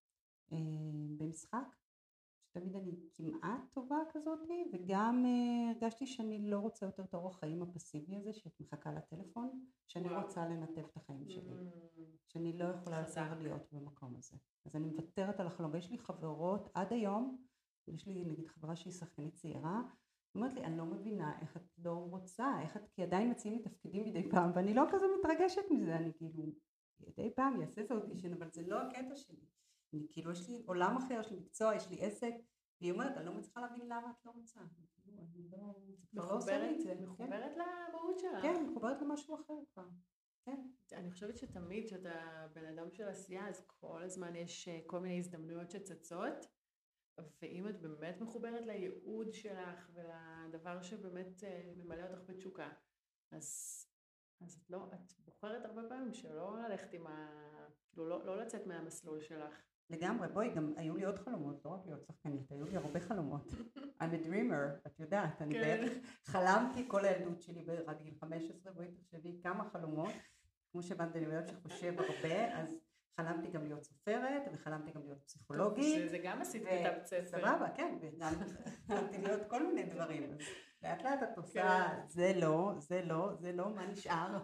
[SPEAKER 2] במשחק. שתמיד אני כמעט טובה כזאת, וגם הרגשתי שאני לא רוצה יותר את האורח חיים הפסיבי הזה, שאת מחכה לטלפון, שאני וואו. רוצה לנתב את החיים שלי, mm. שאני לא יכולה יותר להיות במקום הזה. אז אני מוותרת על החלום, ויש לי חברות עד היום, יש לי נגיד חברה שהיא שחקנית צעירה, אומרת לי, אני לא מבינה איך את לא רוצה, איך את, כי עדיין מציעים לי תפקידים מדי פעם, ואני לא כזה מתרגשת מזה, אני כאילו, מדי פעם יעשה את האודישן, אבל זה לא הקטע שלי. אני כאילו, יש לי עולם אחר, יש לי מקצוע, יש לי עסק, והיא אומרת, אני לא מצליחה להבין למה את לא רוצה. כאילו, אני לא, זה כבר לא עושה לי את זה.
[SPEAKER 1] מחוברת למהות שלך.
[SPEAKER 2] כן, מחוברת למשהו אחר כבר. כן.
[SPEAKER 1] אני חושבת שתמיד כשאתה בן אדם של עשייה, אז כל הזמן יש כל מיני הזדמנויות שצצות, ואם את באמת מחוברת לייעוד שלך ולדבר שבאמת ממלא אותך בתשוקה, אז, אז את לא, את בוחרת הרבה פעמים שלא ללכת עם ה... כאילו, לא, לא לצאת מהמסלול שלך.
[SPEAKER 2] לגמרי, בואי, גם היו לי עוד חלומות, לא רק להיות שחקנית, היו לי הרבה חלומות. I'm a dreamer, את יודעת, אני בערך חלמתי כל הילדות שלי בערך גיל חמש עשרה, בואי תחשבי כמה חלומות, כמו שבנת אני יודעת שחושב הרבה, אז חלמתי גם להיות סופרת, וחלמתי גם להיות פסיכולוגית.
[SPEAKER 1] זה גם עשית כתב ספר.
[SPEAKER 2] סבבה, כן, וגם חלמתי להיות כל מיני דברים. לאט לאט את עושה, זה לא, זה לא, זה לא, מה נשאר?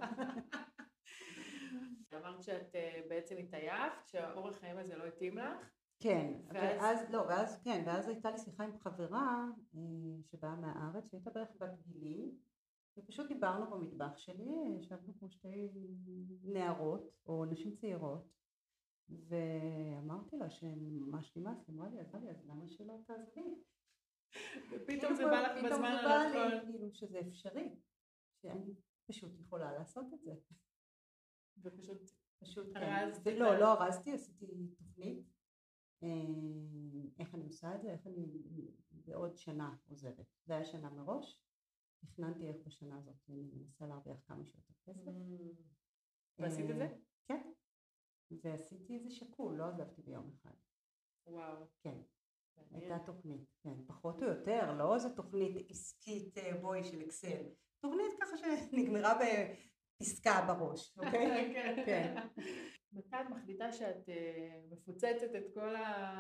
[SPEAKER 1] אמרת שאת בעצם התעייפת, שהאורח חיים הזה לא התאים לך?
[SPEAKER 2] כן, ואז, לא, ואז, כן, ואז הייתה לי שיחה עם חברה שבאה מהארץ, שהייתה בערך בת גילי, ופשוט דיברנו במטבח שלי, ישבנו כמו שתי נערות, או נשים צעירות, ואמרתי לה שממש נמאס, אמרה לי, אז לי, אז למה שלא תעזבי?
[SPEAKER 1] ופתאום זה בא לך בזמן הנכון.
[SPEAKER 2] כאילו שזה אפשרי, שאני פשוט יכולה לעשות את זה.
[SPEAKER 1] ופשוט
[SPEAKER 2] פשוט
[SPEAKER 1] הרזת.
[SPEAKER 2] לא, לא הרזתי, עשיתי תוכנית, איך אני עושה את זה, איך אני בעוד שנה עוזבת. זה היה שנה מראש, תכננתי איך בשנה הזאת, אני מנסה להרוויח כמה שיותר כסף.
[SPEAKER 1] ועשית את זה?
[SPEAKER 2] כן, ועשיתי את זה שקול, לא עזבתי ביום אחד.
[SPEAKER 1] וואו.
[SPEAKER 2] כן, הייתה תוכנית, כן, פחות או יותר, לא איזו תוכנית עסקית בוי של אקסל, תוכנית ככה שנגמרה בפסקה בראש, אוקיי?
[SPEAKER 1] כן. מתי את מחליטה שאת מפוצצת את כל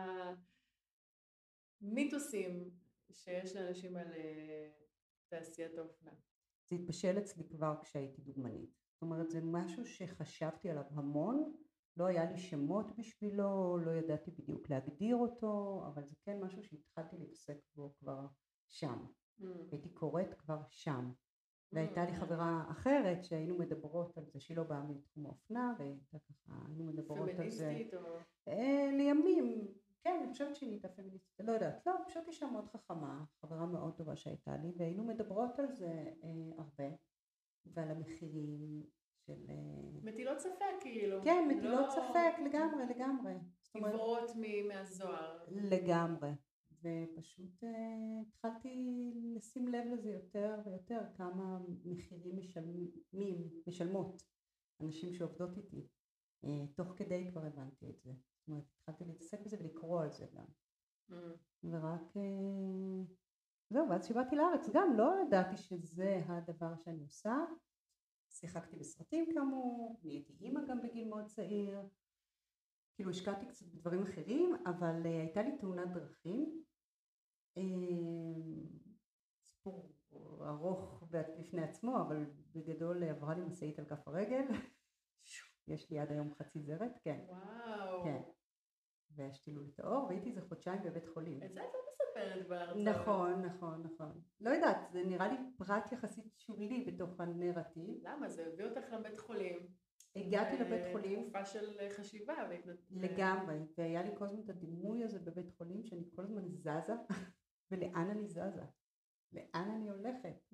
[SPEAKER 1] המיתוסים שיש לאנשים על תעשיית האופנה?
[SPEAKER 2] זה התבשל אצלי כבר כשהייתי דוגמנית. זאת אומרת, זה משהו שחשבתי עליו המון, לא היה לי שמות בשבילו, לא ידעתי בדיוק להגדיר אותו, אבל זה כן משהו שהתחלתי להתעסק בו כבר שם. Mm. הייתי קוראת כבר שם. Mm. והייתה לי חברה אחרת שהיינו מדברות על זה, שהיא לא באה מתחום האופנה, והייתה ככה, היינו מדברות על זה.
[SPEAKER 1] פמיניסטית או?
[SPEAKER 2] אה, לימים, כן, אני חושבת שהיא נהייתה פמיניסטית, לא יודעת, לא, פשוט אישה מאוד חכמה, חברה מאוד טובה שהייתה לי, והיינו מדברות על זה אה, הרבה, ועל המחירים של...
[SPEAKER 1] מטילות ספק כאילו.
[SPEAKER 2] כן, מטילות לא... ספק, לגמרי, לגמרי.
[SPEAKER 1] עברות מהזוהר.
[SPEAKER 2] לגמרי, ופשוט אה, התחלתי לשים לב לזה יותר ויותר, כמה מחירים משלמים, משלמות, אנשים שעובדות איתי. אה, תוך כדי כבר הבנתי את זה. זאת אומרת, התחלתי להתעסק בזה ולקרוא על זה גם. Mm. ורק... אה, זהו, ואז שבאתי לארץ, גם לא ידעתי שזה הדבר שאני עושה. שיחקתי בסרטים כאמור, נהייתי אימא גם בגיל מאוד צעיר, כאילו השקעתי קצת בדברים אחרים, אבל uh, הייתה לי תאונת דרכים, uh, סיפור ארוך בפני עצמו, אבל בגדול עברה לי משאית על כף הרגל, יש לי עד היום חצי זרת, כן.
[SPEAKER 1] וואו.
[SPEAKER 2] כן. והשתילו לי את האור, והייתי איזה חודשיים בבית חולים.
[SPEAKER 1] את זה את לא מספרת בארצות.
[SPEAKER 2] נכון, נכון, נכון. לא יודעת, זה נראה לי פרט יחסית שולי בתוך הנרטיב.
[SPEAKER 1] למה? זה הביא אותך לבית חולים.
[SPEAKER 2] הגעתי לבית חולים.
[SPEAKER 1] תקופה של חשיבה.
[SPEAKER 2] לגמרי, והיה לי כל הזמן את הדימוי הזה בבית חולים, שאני כל הזמן זזה, ולאן אני זזה. לאן אני הולכת?
[SPEAKER 1] Mm.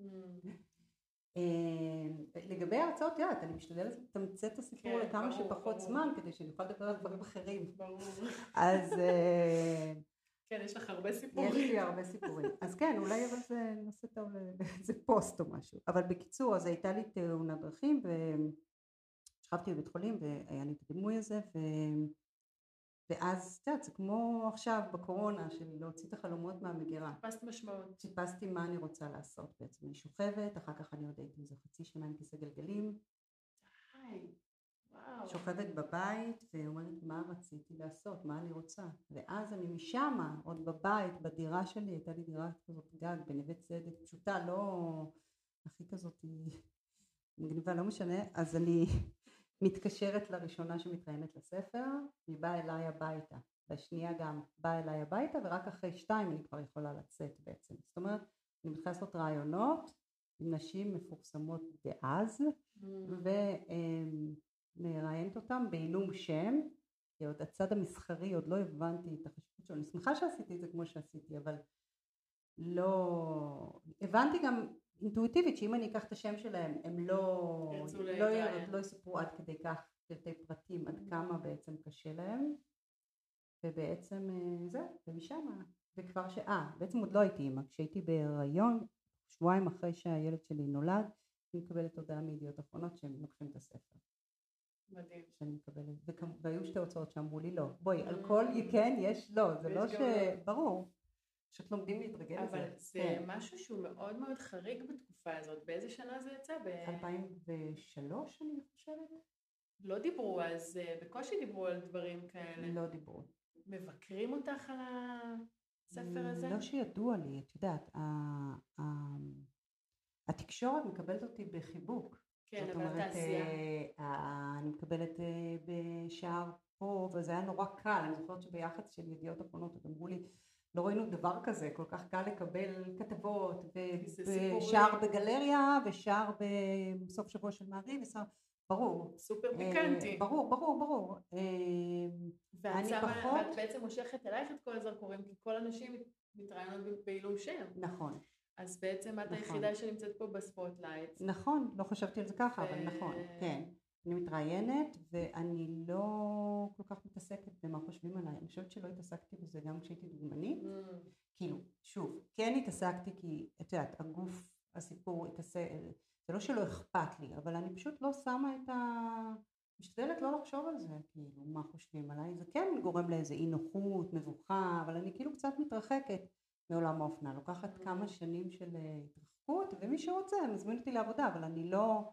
[SPEAKER 2] לגבי ההרצאות, יודעת, אני משתדלת לתמצת את הסיפור לכמה שפחות זמן, כדי שאני אוכל לדבר על דברים אחרים.
[SPEAKER 1] ברור.
[SPEAKER 2] אז...
[SPEAKER 1] כן, יש לך הרבה סיפורים.
[SPEAKER 2] יש לי הרבה סיפורים. אז כן, אולי אבל זה נושא טוב לאיזה פוסט או משהו. אבל בקיצור, אז הייתה לי תאונת דרכים, ושכבתי בבית חולים, והיה לי את הדימוי הזה, ו... ואז, את יודעת, זה כמו עכשיו בקורונה, של להוציא את החלומות מהמגירה.
[SPEAKER 1] חיפשת משמעות.
[SPEAKER 2] חיפשתי מה אני רוצה לעשות בעצם. אני שוכבת, אחר כך אני עוד הייתי איזה חצי שנה עם כיסא גלגלים.
[SPEAKER 1] היי, וואו.
[SPEAKER 2] שוכבת בבית, ואומרת מה רציתי לעשות, מה אני רוצה. ואז אני משמה, עוד בבית, בדירה שלי, הייתה לי דירה כזאת גג, בנווה צדק, פשוטה, לא הכי כזאת מגניבה, לא משנה. אז אני מתקשרת לראשונה שמתראיינת לספר, היא באה אליי הביתה. בשנייה גם באה אליי הביתה, ורק אחרי שתיים אני כבר יכולה לצאת בעצם. זאת אומרת, אני מתחילה לעשות רעיונות עם נשים מפורסמות דאז, mm. ומראיינת אותם בעילום שם, כי עוד הצד המסחרי עוד לא הבנתי את החשיבות שלו. אני שמחה שעשיתי את זה כמו שעשיתי, אבל לא... הבנתי גם אינטואיטיבית שאם אני אקח את השם שלהם, הם לא... לא, לא יספרו עד כדי כך פרטי פרטים, עד כמה בעצם קשה להם. ובעצם זהו, ומשם, וכבר ש... אה, בעצם עוד לא הייתי אימא, כשהייתי בהיריון, שבועיים אחרי שהילד שלי נולד, אני מקבלת הודעה מידיעות אחרונות שהם לוקחים את הספר.
[SPEAKER 1] מדהים.
[SPEAKER 2] שאני מקבלת, וכ... והיו שתי הוצאות שאמרו לי לא. בואי, על כל כן, יש, לא, זה לא ש... ברור, פשוט לומדים להתרגל לזה.
[SPEAKER 1] אבל זה משהו שהוא מאוד מאוד חריג בתקופה הזאת. באיזה שנה זה יצא?
[SPEAKER 2] אלפיים ושלוש אני חושבת.
[SPEAKER 1] לא דיברו אז, בקושי דיברו על דברים כאלה.
[SPEAKER 2] לא דיברו.
[SPEAKER 1] מבקרים אותך על הספר הזה?
[SPEAKER 2] לא שידוע לי, את יודעת, התקשורת מקבלת אותי בחיבוק.
[SPEAKER 1] כן, אבל תעשייה.
[SPEAKER 2] אני מקבלת בשער פה, וזה היה נורא קל, אני זוכרת שביחד של ידיעות אחרונות, את אמרו לי, לא ראינו דבר כזה, כל כך קל לקבל כתבות, ושער בגלריה, ושער בסוף שבוע של מעריב, ושער... ברור.
[SPEAKER 1] סופר פיקנטי.
[SPEAKER 2] ברור, ברור, ברור.
[SPEAKER 1] ואת שמה, ואת בעצם מושכת אלייך את כל הזרקורים, כי כל הנשים מתראיינות בעילום שם.
[SPEAKER 2] נכון.
[SPEAKER 1] אז בעצם את היחידה שנמצאת פה בספוטלייט.
[SPEAKER 2] נכון, לא חשבתי על זה ככה, אבל נכון, כן. אני מתראיינת, ואני לא כל כך מתעסקת במה חושבים עליי. אני חושבת שלא התעסקתי בזה גם כשהייתי דוגמנית. כאילו, שוב, כן התעסקתי כי, את יודעת, הגוף, הסיפור התעסק... זה לא שלא אכפת לי, אבל אני פשוט לא שמה את ה... משתדלת לא לחשוב על זה, כאילו, מה חושבים עליי. זה כן גורם לאיזו אי נוחות, מבוכה, אבל אני כאילו קצת מתרחקת מעולם האופנה. לוקחת כמה שנים של התרחקות, ומי שרוצה מזמין אותי לעבודה, אבל אני לא,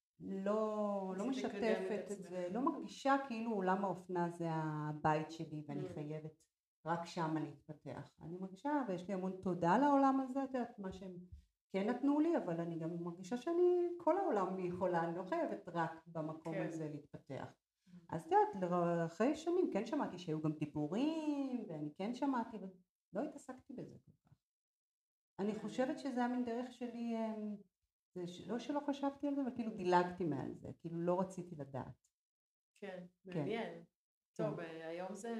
[SPEAKER 2] לא, לא משתפת את זה, לא מרגישה כאילו עולם האופנה זה הבית שלי, ואני חייבת רק שמה להתפתח. אני מרגישה, ויש לי המון תודה לעולם הזה, את יודעת, מה שהם... כן נתנו לי, אבל אני גם מרגישה שאני, כל העולם יכולה, אני לא חייבת רק במקום כן. הזה להתפתח. Mm-hmm. אז יודעת, אחרי שנים כן שמעתי שהיו גם דיבורים, ואני כן שמעתי, ולא התעסקתי בזה כל כך. אני חושבת שזה המין דרך שלי, זה לא שלא חשבתי על זה, אבל כאילו דילגתי מעל זה, כאילו לא רציתי לדעת.
[SPEAKER 1] כן, מעניין. כן. טוב, כן. היום זה...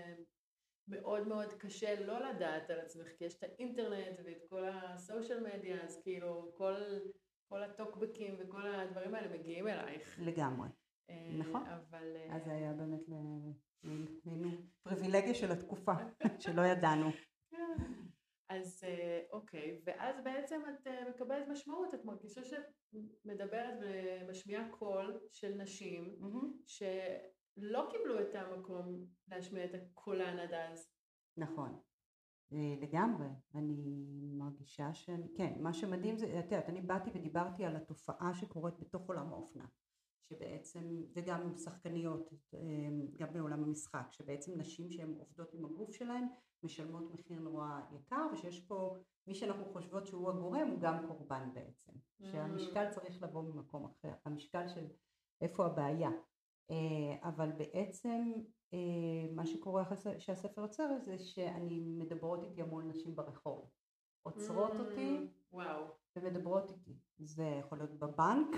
[SPEAKER 1] מאוד מאוד קשה לא לדעת על עצמך, כי יש את האינטרנט ואת כל הסושיאל מדיה, אז כאילו כל, כל הטוקבקים וכל הדברים האלה מגיעים אלייך.
[SPEAKER 2] לגמרי, נכון.
[SPEAKER 1] אבל...
[SPEAKER 2] אז זה היה באמת פריבילגיה של התקופה, שלא ידענו.
[SPEAKER 1] אז אוקיי, ואז בעצם את מקבלת משמעות, את מרגישה שאת מדברת ומשמיעה קול של נשים, ש... לא קיבלו את המקום להשמיע את הקולן עד אז.
[SPEAKER 2] נכון, לגמרי. אני מרגישה ש... כן, מה שמדהים זה, את יודעת, אני באתי ודיברתי על התופעה שקורית בתוך עולם האופנה, שבעצם, וגם שחקניות, גם בעולם המשחק, שבעצם נשים שהן עובדות עם הגוף שלהן, משלמות מחיר נורא יקר, ושיש פה, מי שאנחנו חושבות שהוא הגורם, הוא גם קורבן בעצם. שהמשקל צריך לבוא ממקום אחר, המשקל של איפה הבעיה. אבל בעצם מה שקורה אחרי שהספר עוצר זה שאני מדברות איתי המון נשים ברחוב, עוצרות אותי ומדברות איתי. זה יכול להיות בבנק,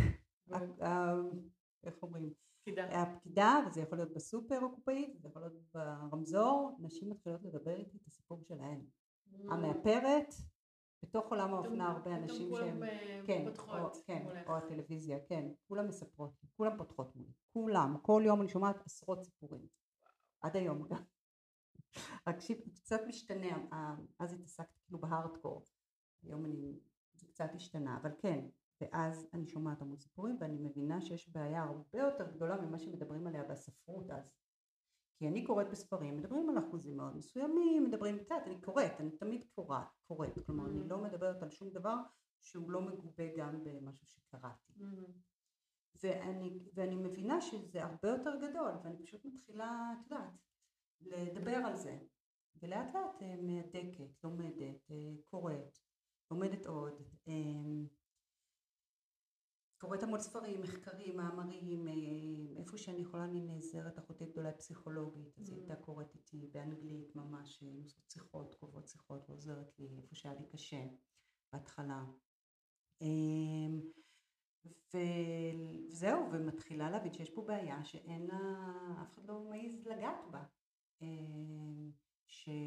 [SPEAKER 2] איך אומרים? הפקידה, וזה יכול להיות בסופר או קופאית, וזה יכול להיות ברמזור, נשים מתחילות לדבר איתי את הסיפור שלהן. המאפרת, בתוך עולם האופנה הרבה אנשים שהם, כן,
[SPEAKER 1] פותחות,
[SPEAKER 2] או, כן, או הטלוויזיה, כן, כולם מספרות, כולם פותחות מולי, כולם, כל יום אני שומעת עשרות סיפורים, עד היום גם, רק שקצת משתנה, אז התעסקתי כאילו בהארדקור, היום אני, זה קצת השתנה, אבל כן, ואז אני שומעת המון סיפורים ואני מבינה שיש בעיה הרבה יותר גדולה ממה שמדברים עליה בספרות אז, כי אני קוראת בספרים, מדברים על אחוזים מאוד מסוימים, מדברים, תת, אני קוראת, אני תמיד קוראת, קוראת, כלומר mm-hmm. אני לא מדברת על שום דבר שהוא לא מגובה גם במשהו שקראתי. Mm-hmm. ואני, ואני מבינה שזה הרבה יותר גדול, ואני פשוט מתחילה, את יודעת, לדבר על זה, ולאט לאט מהדקת, לומדת, קוראת, לומדת עוד, קוראת המון ספרים, מחקרים, מאמרים, איפה שאני יכולה אני נעזרת, אחותי גדולה פסיכולוגית, אז היא הייתה קוראת איתי באנגלית ממש, נוסעות שיחות, קרובות שיחות, ועוזרת לי איפה שהיה לי קשה בהתחלה. וזהו, ומתחילה להבין שיש פה בעיה שאין לה, אף אחד לא מעז לגעת בה. ש...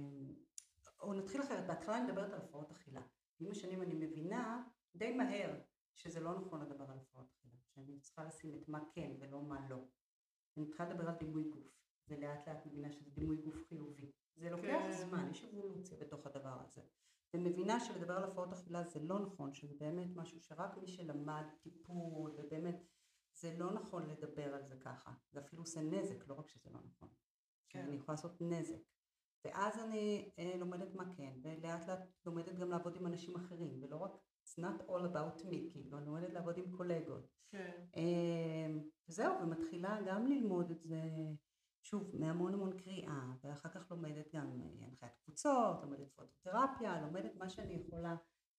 [SPEAKER 2] או נתחיל אחרת, בהתחלה אני מדברת על הפרעות אכילה. עם השנים אני מבינה די מהר, שזה לא נכון לדבר על הפרעות אכילה, שאני צריכה לשים את מה כן ולא מה לא. אני צריכה לדבר על דימוי גוף, ולאט לאט מבינה שזה דימוי גוף חיובי. זה לוקח זמן, יש אבולוציה בתוך הדבר הזה. ומבינה שלדבר על הפרעות אכילה זה לא נכון, שזה באמת משהו שרק מי שלמד טיפול, ובאמת זה לא נכון לדבר על זה ככה. זה אפילו עושה נזק, לא רק שזה לא נכון. כן. אני יכולה לעשות נזק. ואז אני אה, לומדת מה כן, ולאט לאט לומדת גם לעבוד עם אנשים אחרים, ולא רק It's not all about me, כאילו, אני לומדת לעבוד עם קולגות. כן. וזהו, ומתחילה גם ללמוד את זה, שוב, מהמון המון קריאה, ואחר כך לומדת גם הנחיית קבוצות, לומדת פוטותרפיה, לומדת מה שאני יכולה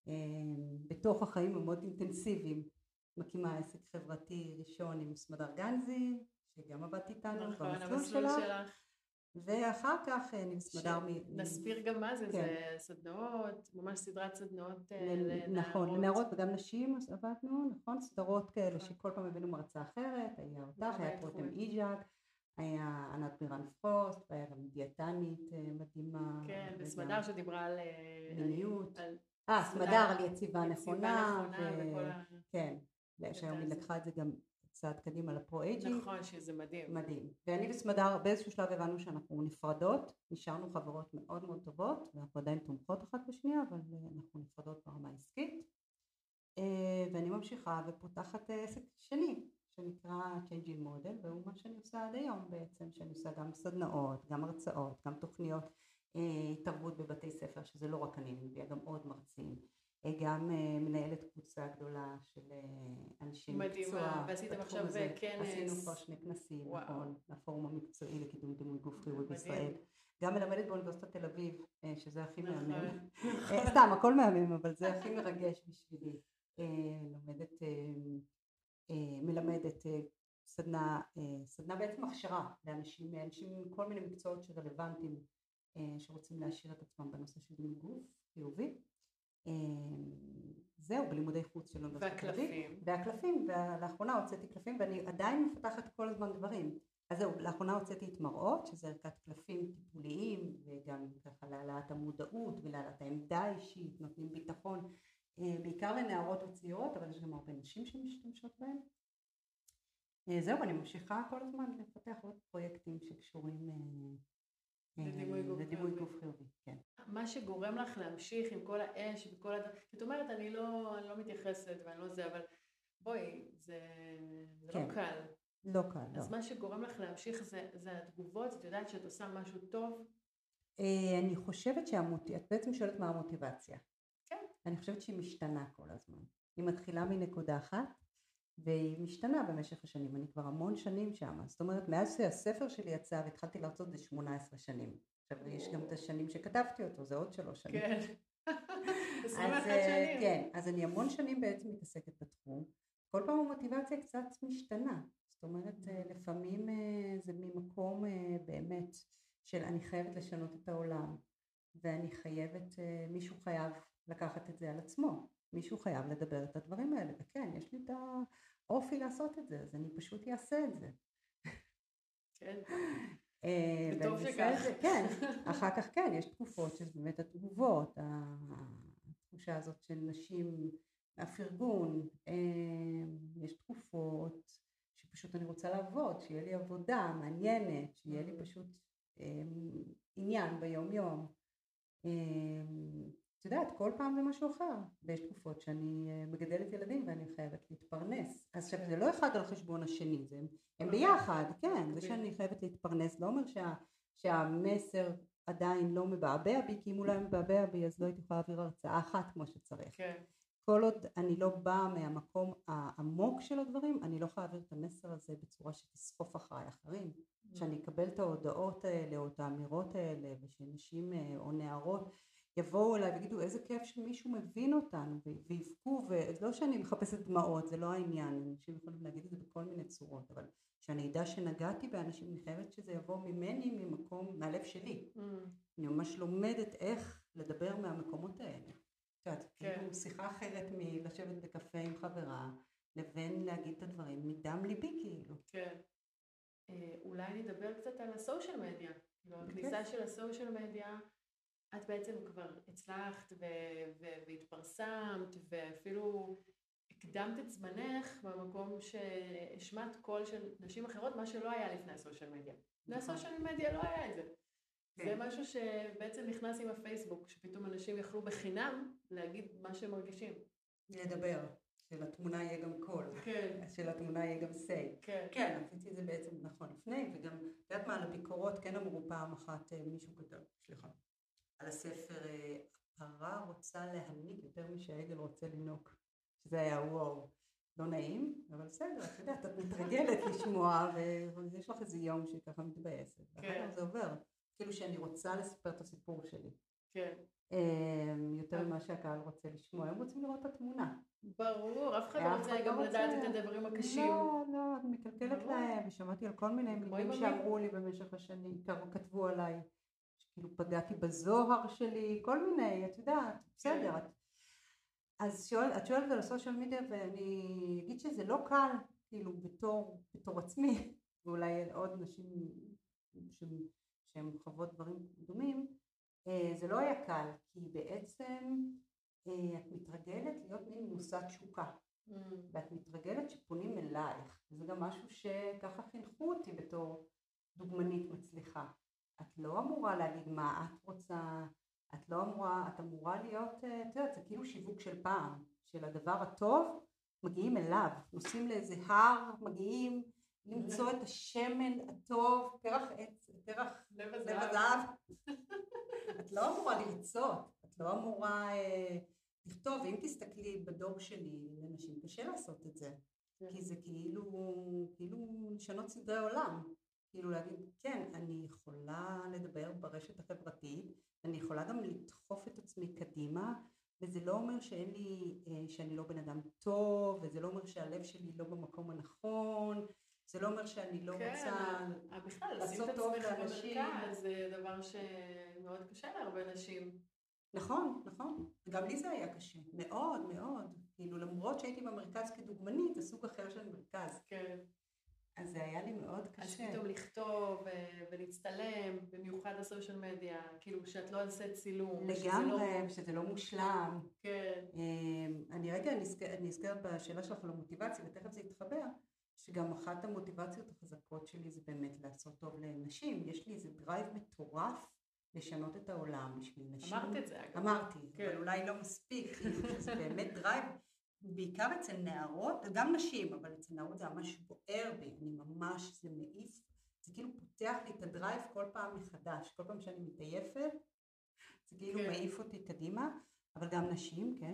[SPEAKER 2] בתוך החיים המאוד אינטנסיביים. מקימה עסק חברתי ראשון עם סמדר גנזי, שגם עבדתי איתנו במסלול שלך. ואחר כך נסמדר מ...
[SPEAKER 1] נסביר גם מה זה, זה סדנאות, ממש סדרת סדנאות
[SPEAKER 2] לנערות. נכון, לנערות וגם נשים עבדנו, נכון, סדרות כאלה שכל פעם הבאנו מרצה אחרת, היה אותך, היה פרוטם איג'אק, היה ענת בירן פרוסט, והיה גם דיאטנית מדהימה.
[SPEAKER 1] כן, וסמדר שדיברה על...
[SPEAKER 2] מיניות. אה, סמדר על יציבה נכונה. כן, שהיום היא לקחה את זה גם... צעד קדימה לפרו-אייג'ינג.
[SPEAKER 1] נכון, שזה מדהים.
[SPEAKER 2] מדהים. ואני וסמדר באיזשהו שלב הבנו שאנחנו נפרדות, נשארנו חברות מאוד מאוד טובות, ואנחנו עדיין תומכות אחת בשנייה, אבל אנחנו נפרדות ברמה עסקית. ואני ממשיכה ופותחת עסק שני, שנקרא Changing Model, והוא מה שאני עושה עד היום בעצם, שאני עושה גם סדנאות, גם הרצאות, גם תוכניות התערבות בבתי ספר, שזה לא רק אני, אני מביאה גם עוד מרצים. גם מנהלת קבוצה גדולה של אנשים מקצוע.
[SPEAKER 1] ועשיתם עכשיו כנס.
[SPEAKER 2] עשינו כבר שני כנסים, נכון, לפורום המקצועי לקידום דימוי גוף חיובי בישראל. גם מלמדת באוניברסיטת תל אביב, שזה הכי מהמם. סתם, הכל מהמם, אבל זה הכי מרגש בשבילי. לומדת, מלמדת סדנה, סדנה בעצם הכשרה לאנשים, אנשים עם כל מיני מקצועות שרלוונטיים, שרוצים להשאיר את עצמם בנושא של דימוי גוף חיובי. זהו, בלימודי חוץ שלנו.
[SPEAKER 1] והקלפים.
[SPEAKER 2] והקלפים, ולאחרונה הוצאתי קלפים, ואני עדיין מפתחת כל הזמן דברים. אז זהו, לאחרונה הוצאתי את מראות, שזה ערכת קלפים טיפוליים, וגם ככה להעלאת המודעות ולהעלאת העמדה האישית, נותנים ביטחון, בעיקר לנערות וצעירות, אבל יש גם הרבה נשים שמשתמשות בהם. זהו, אני ממשיכה כל הזמן לפתח עוד פרויקטים שקשורים לדימוי גוף חיובי, כן.
[SPEAKER 1] מה שגורם לך להמשיך עם כל האש וכל הדבר, זאת אומרת, אני לא, אני לא מתייחסת ואני לא זה, אבל בואי, זה, זה כן. לא קל.
[SPEAKER 2] לא קל,
[SPEAKER 1] אז
[SPEAKER 2] לא.
[SPEAKER 1] מה שגורם לך להמשיך זה, זה התגובות, את יודעת שאת עושה משהו טוב?
[SPEAKER 2] אני חושבת שהמוטיבציה, את בעצם שואלת מה המוטיבציה.
[SPEAKER 1] כן.
[SPEAKER 2] אני חושבת שהיא משתנה כל הזמן. היא מתחילה מנקודה אחת, והיא משתנה במשך השנים, אני כבר המון שנים שם, זאת אומרת, מאז שהספר שלי יצא והתחלתי להרצות זה שמונה עשרה שנים, עכשיו יש גם את השנים שכתבתי אותו, זה עוד שלוש שנים.
[SPEAKER 1] כן, עשרים ואחת שנים.
[SPEAKER 2] כן, אז אני המון שנים בעצם מתעסקת בתחום, כל פעם המוטיבציה קצת משתנה, זאת אומרת, לפעמים זה ממקום באמת של אני חייבת לשנות את העולם, ואני חייבת, מישהו חייב לקחת את זה על עצמו, מישהו חייב לדבר את הדברים האלה, וכן, יש לי את האופי לעשות את זה, אז אני פשוט אעשה את זה.
[SPEAKER 1] כן, וטוב שכך.
[SPEAKER 2] כן, אחר כך כן, יש תקופות שזה באמת התגובות, התחושה הזאת של נשים, אף ארגון, יש תקופות שפשוט אני רוצה לעבוד, שיהיה לי עבודה מעניינת, שיהיה לי פשוט עניין ביום יום. את יודעת, כל פעם זה משהו אחר, ויש תקופות שאני מגדלת ילדים ואני חייבת להתפרנס. אז עכשיו זה לא אחד על חשבון השני, זה, הם ביחד, כן, זה שאני חייבת להתפרנס, לא אומר שה, שהמסר עדיין לא מבעבע בי, כי אם אולי מבעבע בי אז לא הייתי יכולה להעביר הרצאה אחת כמו שצריך.
[SPEAKER 1] כן.
[SPEAKER 2] כל עוד אני לא באה מהמקום העמוק של הדברים, אני לא יכולה להעביר את המסר הזה בצורה שתסחוף אחריי אחרים, שאני אקבל את ההודעות האלה או את האמירות האלה, ושנשים או נערות יבואו אליי ויגידו איזה כיף שמישהו מבין אותנו ויבכו, ולא שאני מחפשת דמעות, זה לא העניין, אנשים יכולים להגיד את זה בכל מיני צורות, אבל שאני ידע שנגעתי באנשים, אני חייבת שזה יבוא ממני, ממקום, מהלב שלי. Mm. אני ממש לומדת איך לדבר מהמקומות האלה. את יודעת, כן. כאילו שיחה אחרת מלשבת בקפה עם חברה, לבין להגיד את הדברים מדם ליבי כאילו.
[SPEAKER 1] כן. אה, אולי נדבר קצת על הסושיאל מדיה. כאילו, הכניסה של הסושיאל מדיה, את בעצם כבר הצלחת ו- ו- והתפרסמת, ואפילו הקדמת את זמנך במקום שהשמעת קול של נשים אחרות, מה שלא היה לפני הסושיאל מדיה. לפני הסושיאל מדיה לא היה את זה. כן. זה משהו שבעצם נכנס עם הפייסבוק, שפתאום אנשים יכלו בחינם להגיד מה שהם מרגישים.
[SPEAKER 2] לדבר, שלתמונה יהיה גם קול.
[SPEAKER 1] כן.
[SPEAKER 2] שלתמונה יהיה גם say.
[SPEAKER 1] כן.
[SPEAKER 2] כן, עשיתי את זה בעצם נכון לפני, וגם, את יודעת מה, על הביקורות, כן אמרו פעם אחת, מישהו כתב, סליחה, על הספר, הפרה רוצה להניק יותר משהעגל רוצה לינוק. שזה היה וואו, לא נעים, אבל בסדר, את יודעת, את מתרגלת לשמוע, ויש לך איזה יום שהיא ככה מתבאסת. כן. זה עובר. כאילו שאני רוצה לספר את הסיפור שלי.
[SPEAKER 1] כן.
[SPEAKER 2] יותר ממה שהקהל רוצה לשמוע. הם רוצים לראות את התמונה.
[SPEAKER 1] ברור, אף אחד לא רוצה גם לדעת את הדברים הקשים.
[SPEAKER 2] לא, לא, את מקלקלת להם, ושמעתי על כל מיני מילים שאמרו לי במשך השנים, כתבו עליי, שכאילו פגעתי בזוהר שלי, כל מיני, את יודעת, בסדר. אז את שואלת על הסושיאל מדיה, ואני אגיד שזה לא קל, כאילו בתור, בתור עצמי, ואולי עוד נשים שהן חוות דברים דומים, זה לא היה קל, כי בעצם את מתרגלת להיות מין מושא תשוקה, mm. ואת מתרגלת שפונים אלייך, וזה גם משהו שככה חינכו אותי בתור דוגמנית מצליחה. את לא אמורה להגיד מה את רוצה, את לא אמורה, את אמורה להיות, את יודעת, זה כאילו שיווק של פעם, של הדבר הטוב, מגיעים אליו, נוסעים לאיזה הר, מגיעים למצוא את השמן הטוב, פרח עץ, פרח לב הזהב. את לא אמורה לרצות, את לא אמורה אה, לכתוב, ואם תסתכלי בדור שלי, לנשים קשה לעשות את זה, כי זה כאילו, כאילו לשנות סדרי עולם. כאילו להגיד, כן, אני יכולה לדבר ברשת החברתית, אני יכולה גם לדחוף את עצמי קדימה, וזה לא אומר שאין לי, שאני לא בן אדם טוב, וזה לא אומר שהלב שלי לא במקום הנכון, זה לא אומר שאני לא
[SPEAKER 1] כן,
[SPEAKER 2] רוצה
[SPEAKER 1] בכלל,
[SPEAKER 2] לעשות טוב לאנשים.
[SPEAKER 1] במרכז, זה דבר שמאוד קשה להרבה נשים.
[SPEAKER 2] נכון, נכון. גם לי זה היה קשה, מאוד מאוד. כאילו למרות שהייתי במרכז כדוגמנית, זה סוג אחר של מרכז.
[SPEAKER 1] כן.
[SPEAKER 2] אז זה היה לי מאוד קשה.
[SPEAKER 1] אז פתאום לכתוב ולהצטלם, במיוחד הסושיאל מדיה, כאילו שאת לא עושה צילום.
[SPEAKER 2] לגמרי, שזה לא מושלם.
[SPEAKER 1] כן.
[SPEAKER 2] אני רגע נזכרת בשאלה שלך על המוטיבציה, ותכף זה יתחבר, שגם אחת המוטיבציות החזקות שלי זה באמת לעשות טוב לנשים. יש לי איזה דרייב מטורף לשנות את העולם בשביל נשים.
[SPEAKER 1] אמרת את זה אגב.
[SPEAKER 2] אמרתי, אבל אולי לא מספיק, זה באמת דרייב. בעיקר אצל נערות, גם נשים, אבל אצל נערות זה ממש בוער בי, אני ממש, זה מעיף, זה כאילו פותח לי את הדרייב כל פעם מחדש, כל פעם שאני מתעייפת, זה כאילו כן. מעיף אותי קדימה, אבל גם נשים, כן.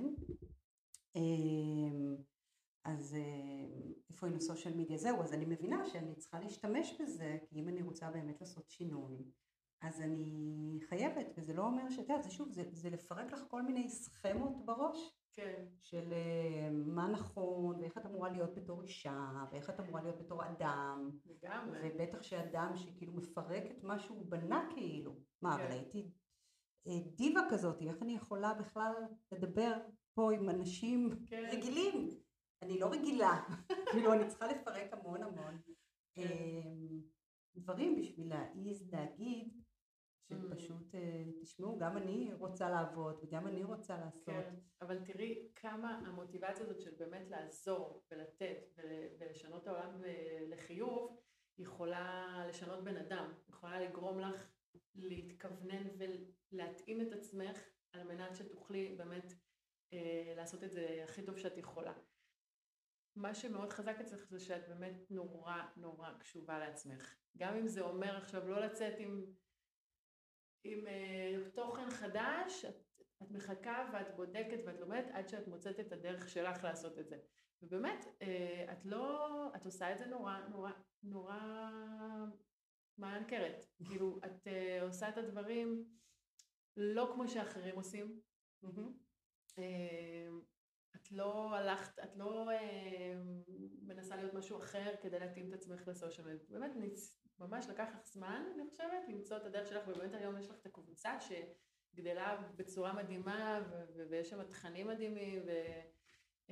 [SPEAKER 2] אז איפה היינו סושיאל מדיה? זהו, אז אני מבינה שאני צריכה להשתמש בזה, כי אם אני רוצה באמת לעשות שינוי, אז אני חייבת, וזה לא אומר שאתה, זה שוב, זה, זה לפרק לך כל מיני סכמות בראש,
[SPEAKER 1] כן.
[SPEAKER 2] של מה נכון, ואיך את אמורה להיות בתור אישה, ואיך את אמורה להיות בתור אדם.
[SPEAKER 1] לגמרי.
[SPEAKER 2] ובטח שאדם שכאילו מפרק את מה שהוא בנה כאילו. מה, כן. אבל הייתי דיבה כזאת, איך אני יכולה בכלל לדבר פה עם אנשים כן. רגילים? אני לא רגילה, כאילו אני צריכה לפרק המון המון כן. דברים בשביל להעיז להגיד שפשוט תשמעו, גם אני רוצה לעבוד וגם אני רוצה לעשות.
[SPEAKER 1] כן, אבל תראי כמה המוטיבציה הזאת של באמת לעזור ולתת ולשנות את העולם לחיוב, יכולה לשנות בן אדם, יכולה לגרום לך להתכוונן ולהתאים את עצמך על מנת שתוכלי באמת לעשות את זה הכי טוב שאת יכולה. מה שמאוד חזק אצלך זה שאת באמת נורא נורא קשובה לעצמך. גם אם זה אומר עכשיו לא לצאת עם, עם uh, תוכן חדש, את, את מחכה ואת בודקת ואת לומדת עד שאת מוצאת את הדרך שלך לעשות את זה. ובאמת, uh, את לא, את עושה את זה נורא נורא נורא מענקרת. כאילו, את uh, עושה את הדברים לא כמו שאחרים עושים.
[SPEAKER 2] Mm-hmm.
[SPEAKER 1] Uh, את לא הלכת, את לא אה, מנסה להיות משהו אחר כדי להתאים את עצמך לסושיאל. באמת ממש לקח לך זמן, אני חושבת, למצוא את הדרך שלך, ובאמת היום יש לך את הקבוצה שגדלה בצורה מדהימה, ו- ו- ויש שם תכנים מדהימים, ו-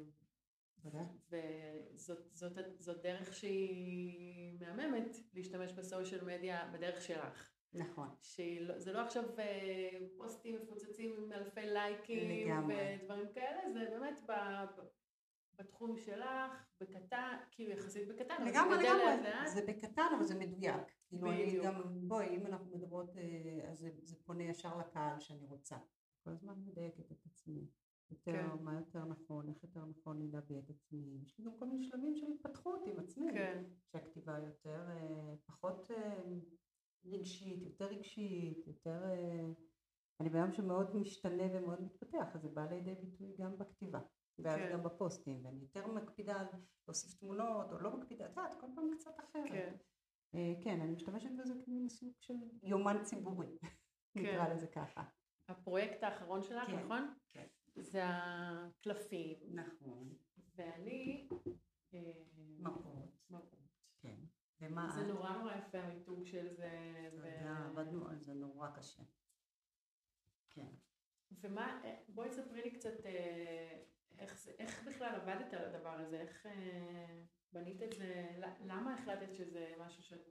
[SPEAKER 1] וזאת זאת, זאת דרך שהיא מהממת להשתמש בסושיאל מדיה בדרך שלך.
[SPEAKER 2] נכון.
[SPEAKER 1] שזה לא עכשיו פוסטים מפוצצים עם אלפי לייקים ודברים כאלה, זה באמת בתחום שלך, בקטן, כאילו יחסית בקטן, אבל
[SPEAKER 2] לגמרי,
[SPEAKER 1] זה גדל לאט לאט.
[SPEAKER 2] זה בקטן, אבל זה מדויק. כאילו אני גם, בואי, אם אנחנו מדברות, אז זה, זה פונה ישר לקהל שאני רוצה. כל הזמן מדייקת את עצמי. יותר, כן. מה יותר נכון, איך יותר נכון לי להביע את עצמי. יש לי גם כל מיני שלבים של התפתחות עם עצמי.
[SPEAKER 1] כן.
[SPEAKER 2] שהכתיבה יותר, פחות רגשית, יותר רגשית, יותר... אני ביום שמאוד משתנה ומאוד מתפתח, אז זה בא לידי ביטוי גם בכתיבה. ואז כן. גם בפוסטים, ואני יותר מקפידה על להוסיף תמונות, או לא מקפידה, את יודעת, כל פעם קצת אחרת. כן. כן, אני משתמשת בזה כמו סוג של יומן ציבורי, נקרא לזה ככה.
[SPEAKER 1] הפרויקט האחרון שלך,
[SPEAKER 2] כן,
[SPEAKER 1] נכון?
[SPEAKER 2] כן.
[SPEAKER 1] זה הקלפים.
[SPEAKER 2] נכון.
[SPEAKER 1] ואני...
[SPEAKER 2] מראות.
[SPEAKER 1] מראות.
[SPEAKER 2] כן. ומה
[SPEAKER 1] זה נורא נורא יפה המיתוג של זה.
[SPEAKER 2] תודה, עבדנו על זה נורא קשה. כן.
[SPEAKER 1] ומה, בואי תספרי לי קצת איך, זה, איך בכלל עבדת על הדבר הזה, איך בנית את זה, למה החלטת שזה משהו שאת...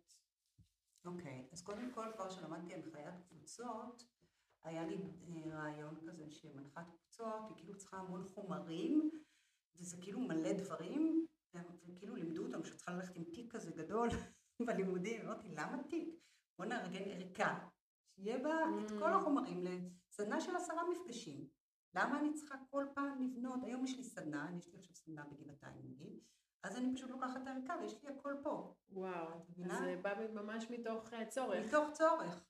[SPEAKER 2] אוקיי, אז קודם כל כבר שלמדתי הנחיית קבוצות, היה לי רעיון כזה שמנחת קבוצות, היא כאילו צריכה המון חומרים, וזה כאילו מלא דברים, וכאילו לימדו אותנו שצריכה ללכת עם תיק כזה גדול בלימודים, אמרתי, למה תיק? בוא נארגן ערכה, שיהיה בה את כל החומרים לסדנה של עשרה מפגשים. למה אני צריכה כל פעם לבנות? היום יש לי סדנה, יש לי עכשיו סדנה בגבעתיים נגיד, אז אני פשוט לוקחת את הערכה ויש לי הכל פה.
[SPEAKER 1] וואו, אז זה בא ממש מתוך צורך.
[SPEAKER 2] מתוך צורך.